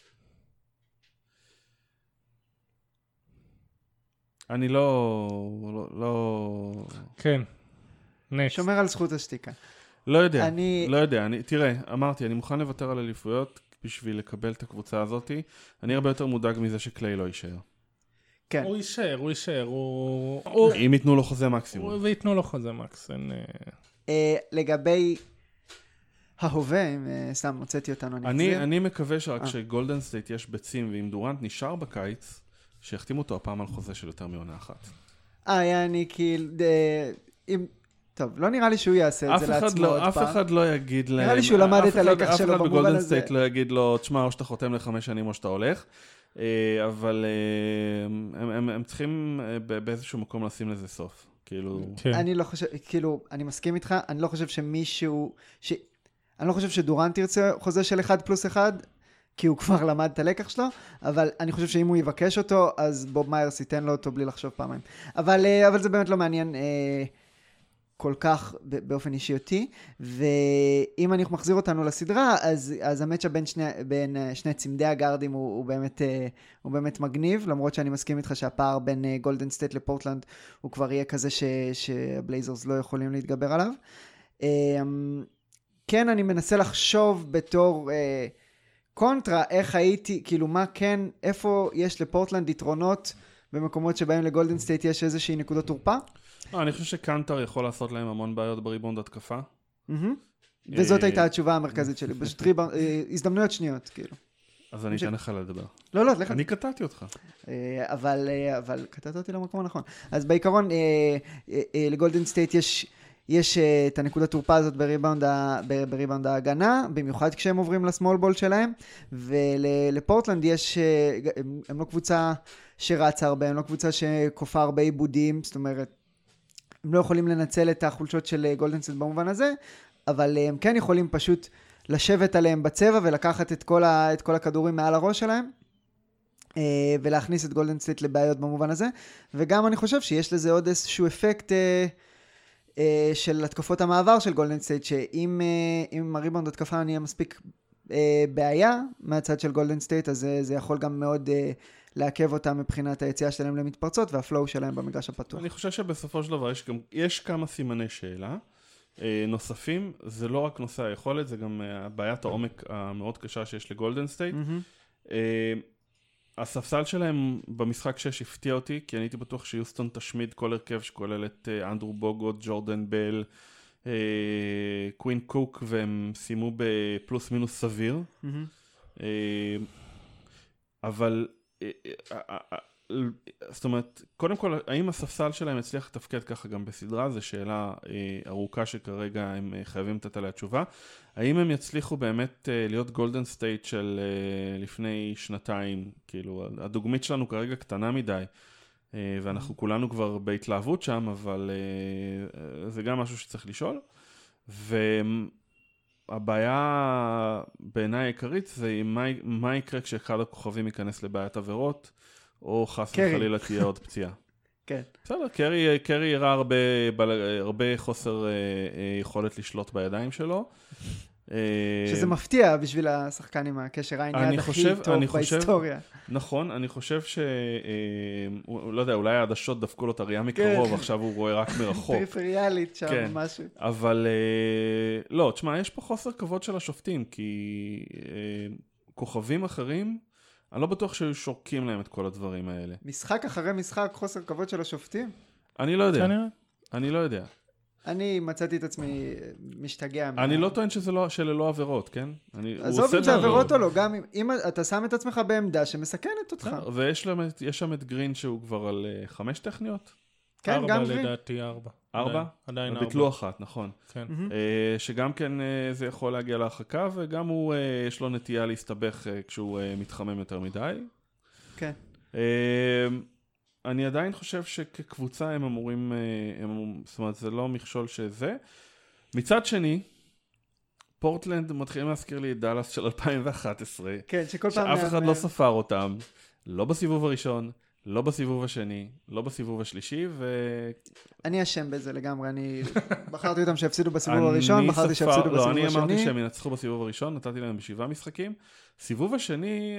אני לא... כן. נקסט. שומר על זכות השתיקה. לא יודע, לא יודע. תראה, אמרתי, אני מוכן לוותר על אליפויות בשביל לקבל את הקבוצה הזאת. אני הרבה יותר מודאג מזה שקליי לא יישאר. כן. הוא יישאר. אם ייתנו לו חוזה מקסימום. ויתנו לו חוזה מקס. לגבי ההווה, אם סתם מוצאתי אותנו, אני מקווה שרק שגולדן סטייט יש ביצים, ואם דורנט נשאר בקיץ, שיחתימו אותו הפעם על חוזה של יותר מעונה אחת. יעני, כאילו, טוב, לא נראה לי שהוא יעשה את זה לעצמו עוד פעם. אף אחד לא יגיד להם... נראה לי שהוא למד את הלקח שלו במובן הזה. אף אחד בגולדן סטייט לא יגיד לו, תשמע, או שאתה חותם ל5 שנים או שאתה הולך, אבל הם צריכים באיזשהו מקום לשים לזה סוף. אני לא חושב, כאילו, אני מסכים איתך, אני לא חושב שמישהו, אני לא חושב שדורנט ירצה חוזה של 1+1, כי הוא כבר למד את הלקח שלו, אבל אני חושב שאם הוא יבקש אותו, אז בוב מיירס ייתן לו אותו בלי לחשוב פעמיים. אבל זה באמת לא מעניין כל כך באופן אישי אותי, ואם אני מחזיר אותנו לסדרה, אז המאצ'אפ בין שני צמדי הגארדים הוא באמת מגניב, למרות שאני מסכים איתך שהפער בין גולדן סטייט לפורטלנד הוא כבר יהיה כזה שהבלייזרס לא יכולים להתגבר עליו. כן, אני מנסה לחשוב בתור קונטרה, איך הייתי, כאילו מה כן, איפה יש לפורטלנד יתרונות במקומות שבהם לגולדן סטייט יש איזושהי נקודות תורפה? אני חושב שקנטר יכול לעשות להם המון בעיות בריבונד התקפה. וזאת הייתה התשובה המרכזית שלי, פשוט הזדמנויות שניות, כאילו. אז אני אתן לך לדבר. לא, אני קטעתי אותך. אבל קטעת אותי למקום הנכון. אז בעיקרון, לגולדן סטייט יש את הנקודת תורפה הזאת בריבאונד ההגנה, במיוחד כשהם עוברים לסמול בול שלהם, ולפורטלנד הם לא קבוצה שרצה הרבה, הם לא קבוצה שקופה הרבה עיבודים, זאת אומרת, הם לא יכולים לנצל את החולשות של גולדן סטייט במובן הזה, אבל הם כן יכולים פשוט לשבת עליהם בצבע ולקחת את כל הכדורים מעל הראש שלהם, ולהכניס את גולדן סטייט לבעיות במובן הזה, וגם אני חושב שיש לזה עוד איזשהו אפקט של התקפות המעבר של גולדן סטייט, שאם הריבאונד התקפה נהיה מספיק בעיה מהצד של גולדן סטייט, אז זה יכול גם מאוד לעכב אותם מבחינת היציאה שלהם למתפרצות והפלואו שלהם במגרש הפתוח. אני חושב שבסופו של דבר יש כמה סימני שאלה נוספים, זה לא רק נושא היכולת, זה גם בעיית העומק המאוד קשה שיש לגולדן סטייט. הספסל שלהם במשחק 6 הפתיע אותי, כי אני הייתי בטוח שיוסטון תשמיד כל הרכב שכולל את אנדרו בוגוט, ג'ורדן בל, קווין קוק, והם סיימו בפלוס מינוס סביר. אבל זאת אומרת, קודם כל, האם הספסל שלהם הצליח לתפקד ככה גם בסדרה? זו שאלה ארוכה שכרגע הם חייבים לתת עליה תשובה. האם הם יצליחו באמת להיות גולדן סטייט של לפני שנתיים? כאילו, הדוגמית שלנו כרגע קטנה מדי, ואנחנו כולנו כבר בהתלהבות שם, אבל זה גם משהו שצריך לשאול. והבעיה בעיניי העיקרית זה מה יקרה כשאחד הכוכבים ייכנס לבעיית עבירות, או חס וחלילה תהיה עוד פציעה. כן. בסדר, קרי הראה הרבה חוסר יכולת לשלוט בידיים שלו. שזה מפתיע בשביל השחקן עם הקשר העין יד הכי טוב בהיסטוריה. נכון, אני חושב לא יודע, אולי העדשות דפקו לו את הראייה מקרוב, עכשיו הוא רואה רק מרחוק. פריפריאלית שם, משהו. אבל לא, תשמע, יש פה חוסר כבוד של השופטים, כי כוכבים אחרים, אני לא בטוח שהיו שורקים להם את כל הדברים האלה. משחק אחרי משחק, חוסר כבוד של השופטים? אני לא יודע. אני לא יודע. אני מצאתי את עצמי משתגע. אני לא טוען שאלה לא עבירות, כן? עזוב אם זה עבירות או לא, גם אם אתה שם את עצמך בעמדה שמסכנת אותך. ויש שם את גרין שהוא כבר על 5 טכניות? כן, גם גרין. 4 לדעתי 4. 4? עדיין 4. ביטלו 1, נכון. כן. שגם כן זה יכול להגיע להרחקה, וגם הוא יש לו נטייה להסתבך כשהוא מתחמם יותר מדי. כן. אני עדיין חושב שכקבוצה הם אמורים, זאת אומרת, זה לא מכשול שזה. מצד שני, פורטלנד מתחילים להזכיר לי את דלס של 2011. כן, שכל פעם... שאף אחד לא ספר אותם, לא בסיבוב הראשון, לא בסיבוב השני, לא בסיבוב השלישי, אני אשם בזה לגמרי, אני בחרתי אותם שהפסידו בסיבוב הראשון, בחרתי שהפסידו בסיבוב השני. לא, אני אמרתי שהם ינצחו בסיבוב הראשון, נתתי להם ב7 משחקים. סיבוב השני,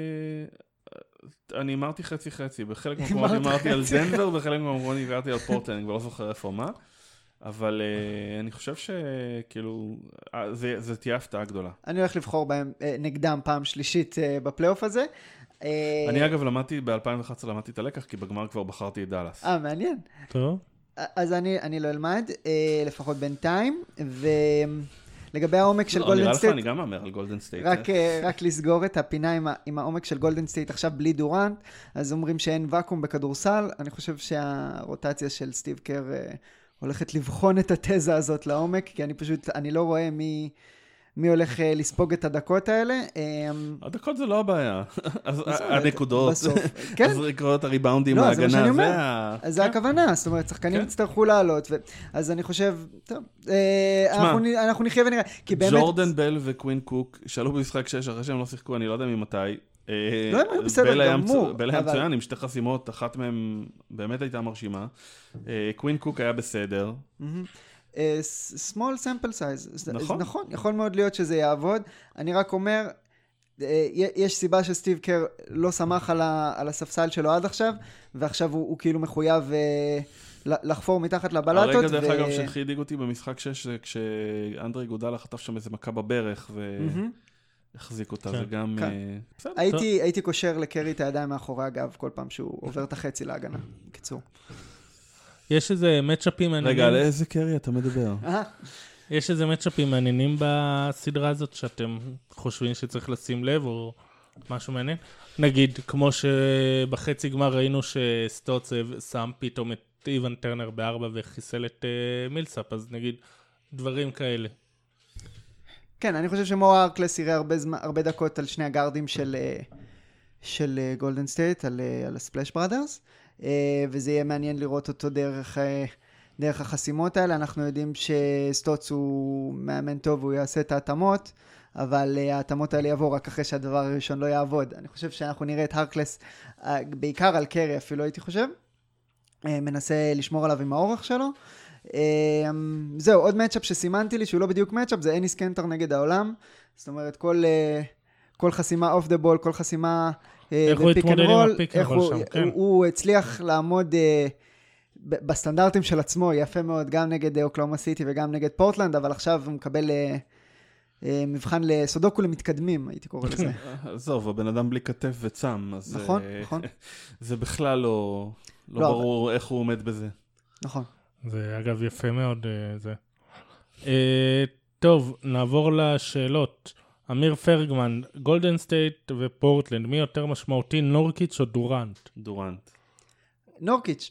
אני אמרתי חצי, בחלק מהמקומות אמרתי על דנבר, בחלק מהמקומות אמרתי על פורטלנד, אני כבר לא זוכר איפה מה, אבל אני חושב שכאילו, זה תהיה הפתעה גדולה. אני הולך לבחור בהם נגדם פעם שלישית בפלייאוף הזה. אני אגב ב-2011 למדתי את הלקח, כי בגמר כבר בחרתי את דלס. מעניין. טוב. אז אני לא אלמד, לפחות בינתיים, ולגבי העומק של גולדן סטייט... אני גם מאמר על גולדן סטייט. רק לסגור את הפינה עם העומק של גולדן סטייט עכשיו בלי דורנט, אז אומרים שאין וקום בכדורסל, אני חושב שהרוטציה של סטיב קר הולכת לבחון את התזה הזאת לעומק, כי אני לא רואה מי הולך לספוג את הדקות האלה. הדקות זה לא הבעיה. הנקודות. בסוף. כן. אז ריקות הריבאונדים לא, זה מה שאני אומר. אז זה הכוונה. זאת אומרת, שחקנים יצטרכו לעלות. אז אני חושב, טוב, אנחנו נחיה ונראה. ג'ורדן בל וקווין קוק שאלו במשחק 6 אחרי שהם לא שיחקו, אני לא יודע ממתי. לא, הם היו בסדר גמור. בל היה מצוין עם שתי חסימות, אחת מהם באמת הייתה מרשימה. קווין קוק היה בסדר. small sample size. נכון, יכול מאוד להיות שזה יעבוד. אני רק אומר, יש סיבה שסטיב קר לא שמח על הספסל שלו עד עכשיו, ועכשיו הוא כאילו מחויב לחפור מתחת לבלטות. הרגע דרך אגב שהכי הדאיג אותי במשחק 6, זה כשאנדרי גודלה חטף שם איזה מכה בברך, והחזיק אותה, זה גם... הייתי קושר לקרי את הידיים מאחורי הגב, כל פעם שהוא עובר את החצי להגנה. בקיצור. יש איזה מצ'אפים מעניינים. רגע, על איזה קרי אתה מדבר? יש איזה מצ'אפים מעניינים בסדרה הזאת, שאתם חושבים שצריך לשים לב, או משהו מעניין? נגיד, כמו שבחצי גמר ראינו שסטוץ שם פתאום את איוון טרנר ב4 וחיסל את מילסאפ, אז נגיד, דברים כאלה. כן, אני חושב שמו ארקלס יראה הרבה דקות על שני הגארדים של גולדן סטייט, על הספלאש בראדרס. וזה יהיה מעניין לראות אותו דרך החסימות האלה. אנחנו יודעים שסטוץ הוא מאמן טוב, הוא יעשה את ההתאמות, אבל ההתאמות האלה יבוא רק אחרי שהדבר הראשון לא יעבוד. אני חושב שאנחנו נראה את הרקלס, בעיקר על קרי אפילו הייתי חושב, מנסה לשמור עליו עם האורך שלו. זהו, עוד מצ'אפ שסימנתי לי, שהוא לא בדיוק מצ'אפ, זה אניס קנטר נגד העולם. זאת אומרת, כל חסימה אוף דה בול, כל חסימה... איך הוא התמודד עם הפיק אנד רול שם, כן. הוא הצליח לעמוד בסטנדרטים של עצמו, יפה מאוד, גם נגד אוקלאומה סיטי וגם נגד פורטלנד, אבל עכשיו הוא מקבל מבחן לסודוקו למתקדמים, הייתי קורא לזה. עזוב, הבן אדם בלי כתף וצם, אז נכון. זה בכלל לא ברור איך הוא עומד בזה. נכון. זה אגב יפה מאוד זה. טוב, נעבור לשאלות. אמיר פרגמן, גולדן סטייט ופורטלנד, מי יותר משמעותי, נורקיץ' או דורנט? דורנט. נורקיץ'.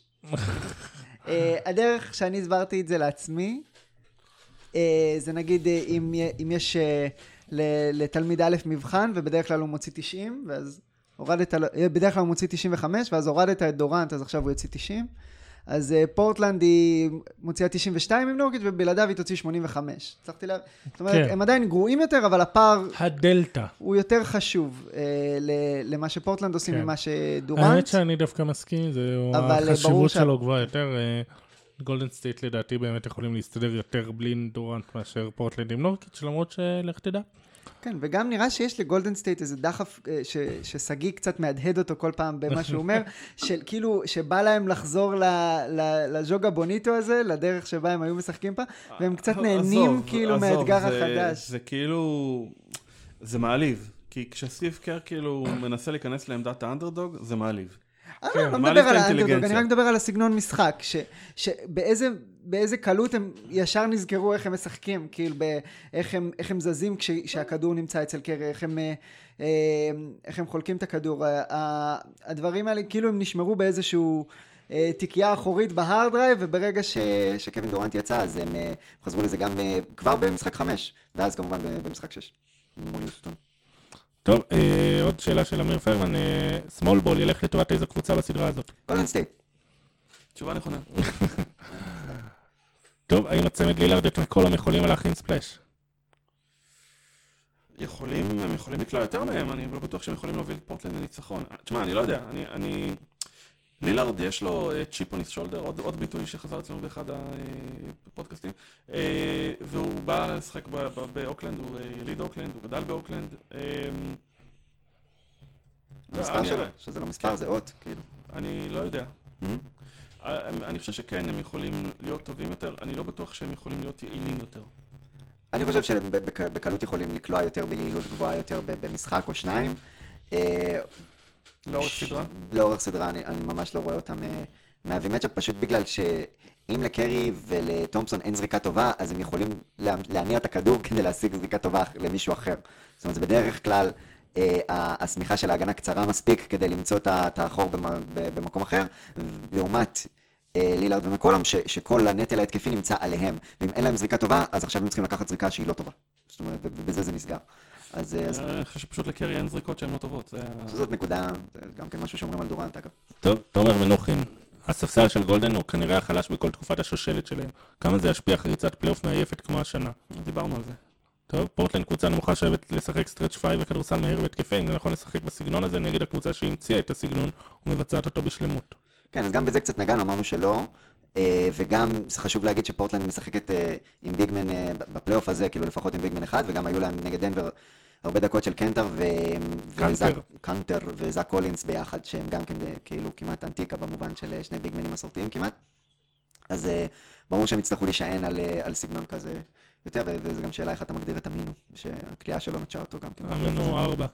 הדרך שאני הסברתי את זה לעצמי, זה נגיד אם יש לתלמיד א' מבחן, ובדרך כלל הוא מוציא 90, ואז בדרך כלל הוא מוציא 95, ואז הורדת את דורנט, אז עכשיו הוא יוציא 90. אז פורטלנד היא מוציאה 92 עם נורקיץ' ובלעדיו היא תוציא 85. הצלחתי לה... זאת אומרת, הם עדיין גרועים יותר, אבל הפער... הדלטה. הוא יותר חשוב למה שפורטלנד עושים ממה שדורנט. האמת שאני דווקא מסכים, החשיבות שלו גבוהה יותר. גולדן סטייט לדעתי באמת יכולים להסתדר יותר בלי דורנט מאשר פורטלנד עם נורקיץ', למרות שלך תדע. כן, וגם נראה שיש לגולדן סטייט איזה דחף שסגי קצת מהדהד אותו כל פעם במה שהוא אומר, של כאילו שבא להם לחזור לז'וגה בוניטו הזה, לדרך שבה הם היו משחקים פה, והם קצת נהנים כאילו מהאתגר החדש. זה כאילו, זה מעליב, כי כשסטיב קר כאילו מנסה להיכנס לעמדת האנדרדוג, זה מעליב. אני לא מדבר על האנדרדוג, אני רק מדבר על הסגנון משחק, שבאיזה קלות הם ישר נזכרו איך הם משחקים, כאילו איך הם זזים כשהכדור נמצא אצל קרי, איך הם חולקים את הכדור. הדברים האלה כאילו הם נשמרו באיזשהו תיקייה אחורית בהארד דרייב, וברגע שקווין דורנט יצא, אז הם חזרו לזה גם כבר במשחק 5, ואז כמובן במשחק 6. טוב, עוד שאלה של אמיר פרמן, סמול בול ילך לטובת איזו קבוצה בסדרה הזאת? גולדן סטייט. תשובה נכונה. טוב, האם הצמד לילארד את מקולום יכולים להכין ספלאש? הם יכולים לקלוע יותר מהם, אני לא בטוח שהם יכולים להוביל את פורטלנד לניצחון. תשמע, אני לא יודע, לילארד יש לו צ'יפ און שולדר, עוד ביטוי שחזר אצלנו באחד הפודקאסטים, והוא בא לשחק באוקלנד, הוא יליד אוקלנד, הוא גדל באוקלנד. המספר שלו, שזה לא מספר, זה אות, כאילו. אני לא יודע. אני חושב שכן, הם יכולים להיות טובים יותר, אני לא בטוח שהם יכולים להיות יעילים יותר. אני חושב שבקלות יכולים לקלוע יותר ביעילות גבוהה יותר במשחק או שניים. לאורך סדרה? לאורך סדרה, אני ממש לא רואה אותם מהווים מצ'אפ, פשוט בגלל שאם לקרי ולתומפסון אין זריקה טובה, אז הם יכולים להניע את הכדור כדי להשיג זריקה טובה למישהו אחר. זאת אומרת, זה בדרך כלל הסמיכה של ההגנה קצרה מספיק כדי למצוא את האחור במקום אחר, לעומת לילארד ומקולום, שכל הנטל ההתקפי נמצא עליהם. ואם אין להם זריקה טובה, אז עכשיו הם צריכים לקחת זריקה שהיא לא טובה. זאת אומרת, ובזה זה נסגר. אני חושב שפשוט לקרי אין זריקות שהן לא טובות. זאת נקודה, זה גם כן משהו שאומרים על דורנט, אגב. טוב, תומר מנוחין, הספסל של גולדן הוא כנראה החלש בכל תקופת השושלת שלהם. כמה זה ישפיע חריצת פלייאוף מעייפת כמו השנה? דיברנו על זה. טוב, פורטלנד קבוצה נמוכה שאוהבת לשחק סטרץ' 5 וכדורסל מהיר והתקפי, אם זה נכון לשחק בסגנון הזה נגד הקבוצה שהמציאה את הסגנון ומבצעת אותו בשלמות. כן, אז גם בזה קצת נגענו, אמרנו שלא, וגם חשוב להגיד שפורטלנד משחקת עם ביגמן בפלייאוף הזה, כאילו לפחות עם ביגמן אחד, וגם היו להם נגד דנבר הרבה דקות של קאנטר וזק קולינס ביחד, שהם גם כן כאילו כמעט אנטיקה במובן של שני ביגמנים מסורתיים כמעט. אז ברור שהם יצטרכו להישען על סגנון כזה יותר, וזו גם שאלה איך אתה מגדיר את אמינו, שהקליעה שלו נטשה אותו גם כן. אמינו 4.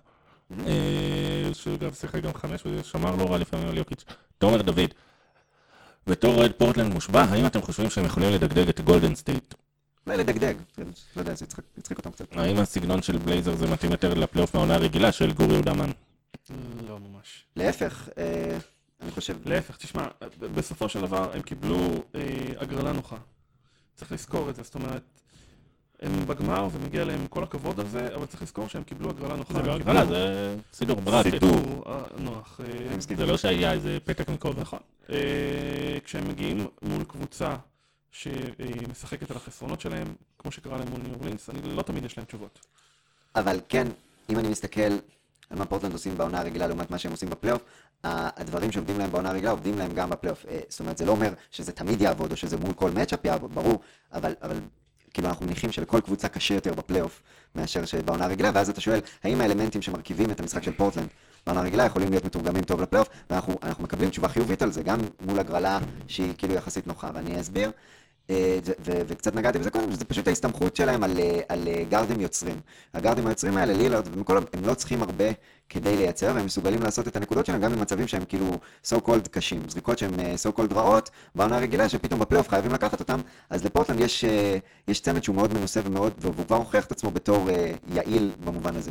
שגם שיחק גם 5 וזה שמר לא רע לפעמים על יוקיץ'. תומר דוד, בתור אוהד פורטלנד מושבע, האם אתם חושבים שהם יכולים לדגדג את גולדן סטייט? אולי לדגדג, לא יודע, זה יצחיק אותם קצת. האם הסגנון של בלייזר זה מתאים יותר לפלייאוף מהעונה הרגילה של גורי יהודמן? לא ממש. להפך, אני חושב... להפך, תשמע, בסופו של דבר הם קיבלו הגרלה נוחה. צריך לזכור את זה, זאת אומרת, הם בגמר ומגיע להם כל הכבוד על זה, אבל צריך לזכור שהם קיבלו הגרלה נוחה. זה לא הגרלה, זה סידור ברק. סידור נוח. זה לא שהיה איזה פתק מקובה. נכון. כשהם מגיעים מול קבוצה שמשחקת על החסרונות שלהם, כמו שקרה להם מול ניו אורלינס, לא תמיד יש להם תשובות. אבל כן, אם אני מסתכל על מה פורטלנד עושים בעונה הרגילה לעומת מה שהם עושים בפלייאוף, הדברים שעובדים להם בעונה הרגילה עובדים להם גם בפלייאוף. זאת אומרת, זה לא אומר שזה תמיד יעבוד או שזה מול כל מאצ'אפ יעבוד, ברור, אבל כאילו אנחנו מניחים שלכל קבוצה קשה יותר בפלייאוף מאשר שבעונה הרגילה, ואז אתה שואל, האם האלמנטים שמרכיבים את המשחק של פורטלנד בעונה הרגילה יכולים להיות מתורגמים טוב לפלייאוף, ואנחנו מקבלים תשובה חיובית על זה, גם מול הגרלה שהיא כאילו יחסית נוחה, ואני אסביר, וקצת נגעתי בזה קודם, שזה פשוט ההסתמכות שלהם על גארדים יוצרים. הגארדים היוצרים האלה, לילארד ומקולום, הם לא צריכים הרבה כדי לייצר, והם מסוגלים לעשות את הנקודות שלהם גם במצבים שהם כאילו so called קשים, זריקות שהם so called רעות, בעונה הרגילה שפתאום בפלייאוף חייבים לקחת אותם, אז לפורטלנד יש צמד שהוא מאוד מנוסה והוא כבר הוכיח את עצמו בתור יעיל במובן הזה.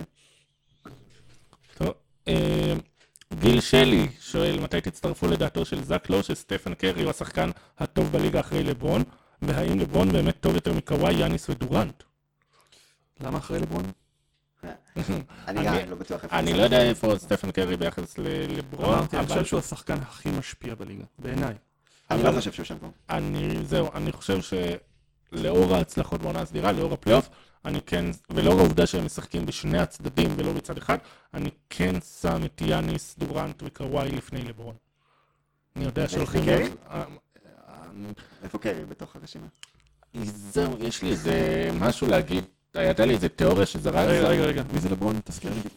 טוב, גיל שלי שואל מתי תצטרפו לדעתו של זק לואו שסטפן קרי הוא השחקן הטוב בליגה אחרי לברון, והאם לברון באמת טוב יותר מקוואי, יאניס ודורנט? למה אחרי לברון? אני גם לא בטוח איפה. אני לא יודע איפה סטפן קרי ביחס לברון. אני חושב שהוא השחקן הכי משפיע בליגה, בעיניי. אני לא חושב שהוא שם פה. אני חושב שלאור ההצלחות בעונה הסדירה, לאור הפלייאוף, אני כן, ולאור העובדה שהם משחקים בשני הצדדים ולא מצד אחד, אני כן שם את יאניס, דורנט וקוואי לפני לברון. אני יודע שהולכים... קרי? איפה קרי בתוך הרשימה? זהו, יש לי איזה משהו להגיד. הייתה לי איזה תיאוריה שזרק... רגע, מי זה לברון? תזכיר לי.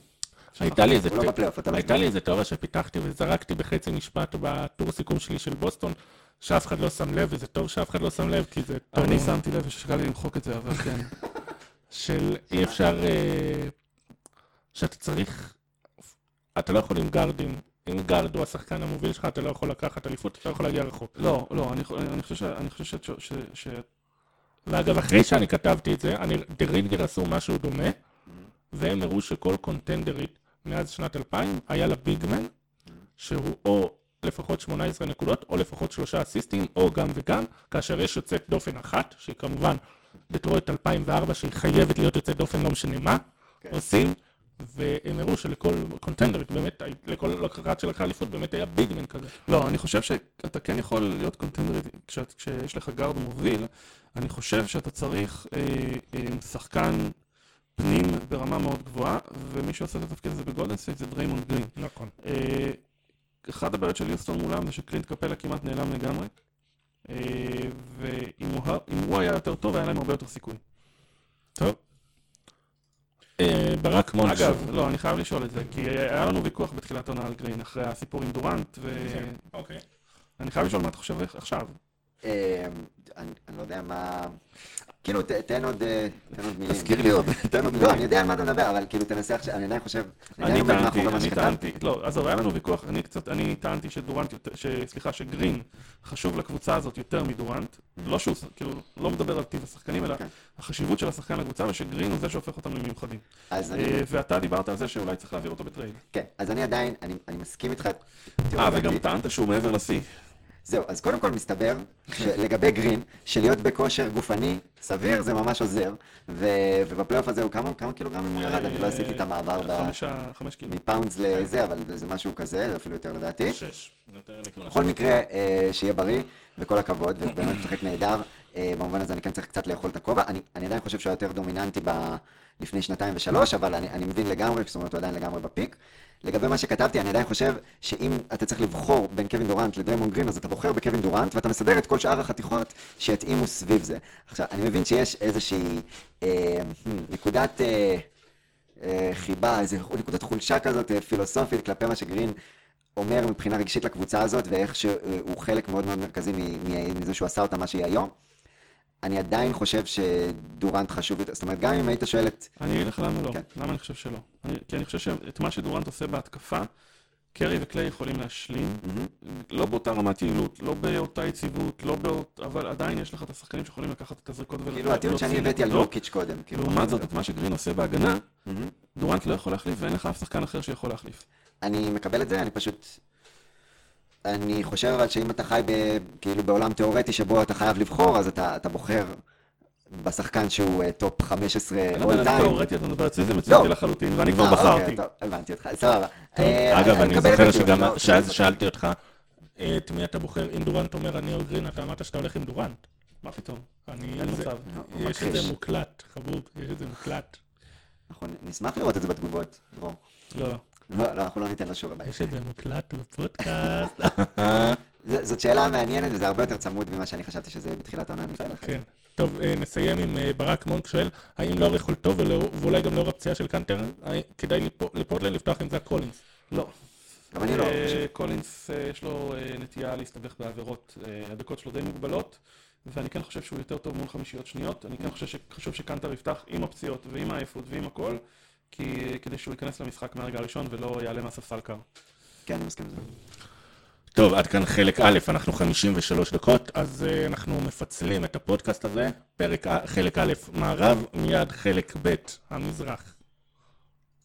הייתה לי איזה תיאוריה שפיתחתי וזרקתי בחצי משפט בטור סיכום שלי של בוסטון, שאף אחד לא שם לב, וזה טוב שאף אחד לא שם לב, כי זה טוב. אני שמתי לב ושקל לי למחוק את זה, אבל כן. של אי אפשר... שאתה צריך... אתה לא יכול עם גארדים, אם גארד הוא השחקן המוביל שלך, אתה לא יכול לקחת אליפות, אתה לא יכול להגיע רחוק. לא, אני חושב ש... ואגב, אחרי שאני כתבתי את זה, דרינגר עשו משהו דומה, והם הראו שכל קונטנדרית מאז שנת 2000 היה לה ביגמן, שהוא או לפחות 18 נקודות, או לפחות 3 אסיסטים, או גם וגם, כאשר יש יוצאת דופן אחת, שהיא כמובן דטרויט 2004, שהיא חייבת להיות יוצאת דופן לא משנה מה, עושים, והם הראו שלכל קונטנדרית, באמת, לכל לקחת של אליפות, באמת היה ביגמן כזה. לא, אני חושב שאתה כן יכול להיות קונטנדרית כשיש לך גארד מוביל. אני חושב שאתה צריך שחקן פנים ברמה מאוד גבוהה, ומי שעושה את התפקיד הזה בגולדן סטייט זה דריימונד גרין. נכון. אחד הבעיות של יוסטון מולם זה שקלינט קפלה כמעט נעלם לגמרי, ואם הוא היה יותר טוב, היה להם הרבה יותר סיכוי. טוב. ברק מונקס. אגב, לא, אני חייב לשאול את זה, כי היה לנו ויכוח בתחילת עונה על גרין, אחרי הסיפור עם דורנט, אוקיי. אני חייב לשאול מה אתה חושב עכשיו. אני לא יודע מה... כאילו, תן עוד מילים. תזכיר לי עוד, תן עוד לא, מילים. אני יודע על מה אתה מדבר, אבל כאילו, תנסה עכשיו, אני עדיין חושב... אני טענתי, לא, אז היה לנו ויכוח, אני טענתי שגרין חשוב לקבוצה הזאת יותר מדורנט, לא שהוא, כאילו, לא מדבר על טיב השחקנים, אלא החשיבות של השחקן לקבוצה, ושגרין הוא זה שהופך אותם למיוחדים. ואתה דיברת על זה שאולי צריך להעביר אותו בטרייד. כן, אז אני עדיין, אני מסכים איתך. וגם טענת שהוא מעבר לשיא. זהו, אז קודם כל מסתבר שלגבי גרין, שלהיות בכושר גופני סביר זה ממש עוזר, ובפלייאוף הזה הוא כמה קילוגרמים הוא ירד, אני לא עשיתי את המעבר 5 קילו. מפאונדס לזה, אבל זה משהו כזה, אפילו יותר לדעתי. 6. בכל מקרה, שיהיה בריא, וכל הכבוד, ובאמת משחק נהדר, במובן הזה אני כן צריך קצת לאכול את הכובע, אני עדיין חושב שהוא יותר דומיננטי לפני 2 ו3, אבל אני מבין לגמרי, זאת אומרת הוא עדיין לגמרי בפיק. לגבי מה שכתבתי, אני עדיין חושב שאם אתה צריך לבחור בין קווין דורנט לדריימונד גרין, אז אתה בוחר בקווין דורנט, ואתה מסדר את כל שאר החתיכות שיתאימו סביב זה. עכשיו, אני מבין שיש איזושהי נקודת חיבה, איזו נקודת חולשה כזאת פילוסופית כלפי מה שגרין אומר מבחינה רגשית לקבוצה הזאת, ואיך שהוא חלק מאוד מאוד מרכזי מזה שהוא עשה אותה מה שהיא היום. אני עדיין חושב שדורנט חשוב יותר, זאת אומרת, גם אם היית שואל את... אני אגיד לך למה לא, למה אני חושב שלא. כי אני חושב שאת מה שדורנט עושה בהתקפה, קרי וקליי יכולים להשלים, לא באותה רמת יעילות, לא באותה יציבות, אבל עדיין יש לך את השחקנים שיכולים לקחת את הזריקות ולהוציא. כאילו, הטיעון שאני הבאתי על לוקיץ' קודם. לעומת זאת, את מה שגרין עושה בהגנה, דורנט לא יכול להחליף, ואין לך אף שחקן אחר שיכול להחליף. אני מקבל את זה, אני חושב אבל שאם אתה חי כאילו בעולם תיאורטי שבו אתה חייב לבחור, אז אתה בוחר בשחקן שהוא טופ 15 all time. תיאורטי, אתה מדבר אצלי, זה מציאותי לחלוטין, ואני כבר בחרתי. הבנתי אותך, סבבה. אגב, אני זוכר שגם שאז שאלתי אותך, את מי אתה בוחר, אם דורנט אומר אני או גרין, אתה אמרת שאתה הולך עם דורנט. מה פתאום? אין מצב. יש את זה מוקלט, חבוב, יש את זה מוקלט. נכון, נשמח לראות את זה בתגובות, דרור. לא. לא, אנחנו לא ניתן לו שוב הבא. יש את זה מוקלט בפודקאסט. זאת שאלה מעניינת, וזה הרבה יותר צמוד ממה שאני חשבתי שזה בתחילת העונה. כן. טוב, נסיים עם ברק מונק שואל, האם לאור יכולתו ואולי גם לאור הפציעה של קנטר, כדאי לפורטלנד לפתוח עם זק קולינס? לא. גם אני לא. קולינס יש לו נטייה להסתבך בעבירות, הדקות שלו די מוגבלות, ואני כן חושב שהוא יותר טוב מול 50 שניות, אני כן חושב שקנטר יפתח עם הפציעות ועם העייפות ועם הכל, כדי שהוא ייכנס למשחק מהרגע הראשון ולא יעלה מהספסל קר. כן, אני מסכים עם זה. טוב, עד כאן חלק א', אנחנו 53 דקות, אז אנחנו מפצלים את הפודקאסט הזה. חלק א', מערב, מיד חלק ב', המזרח.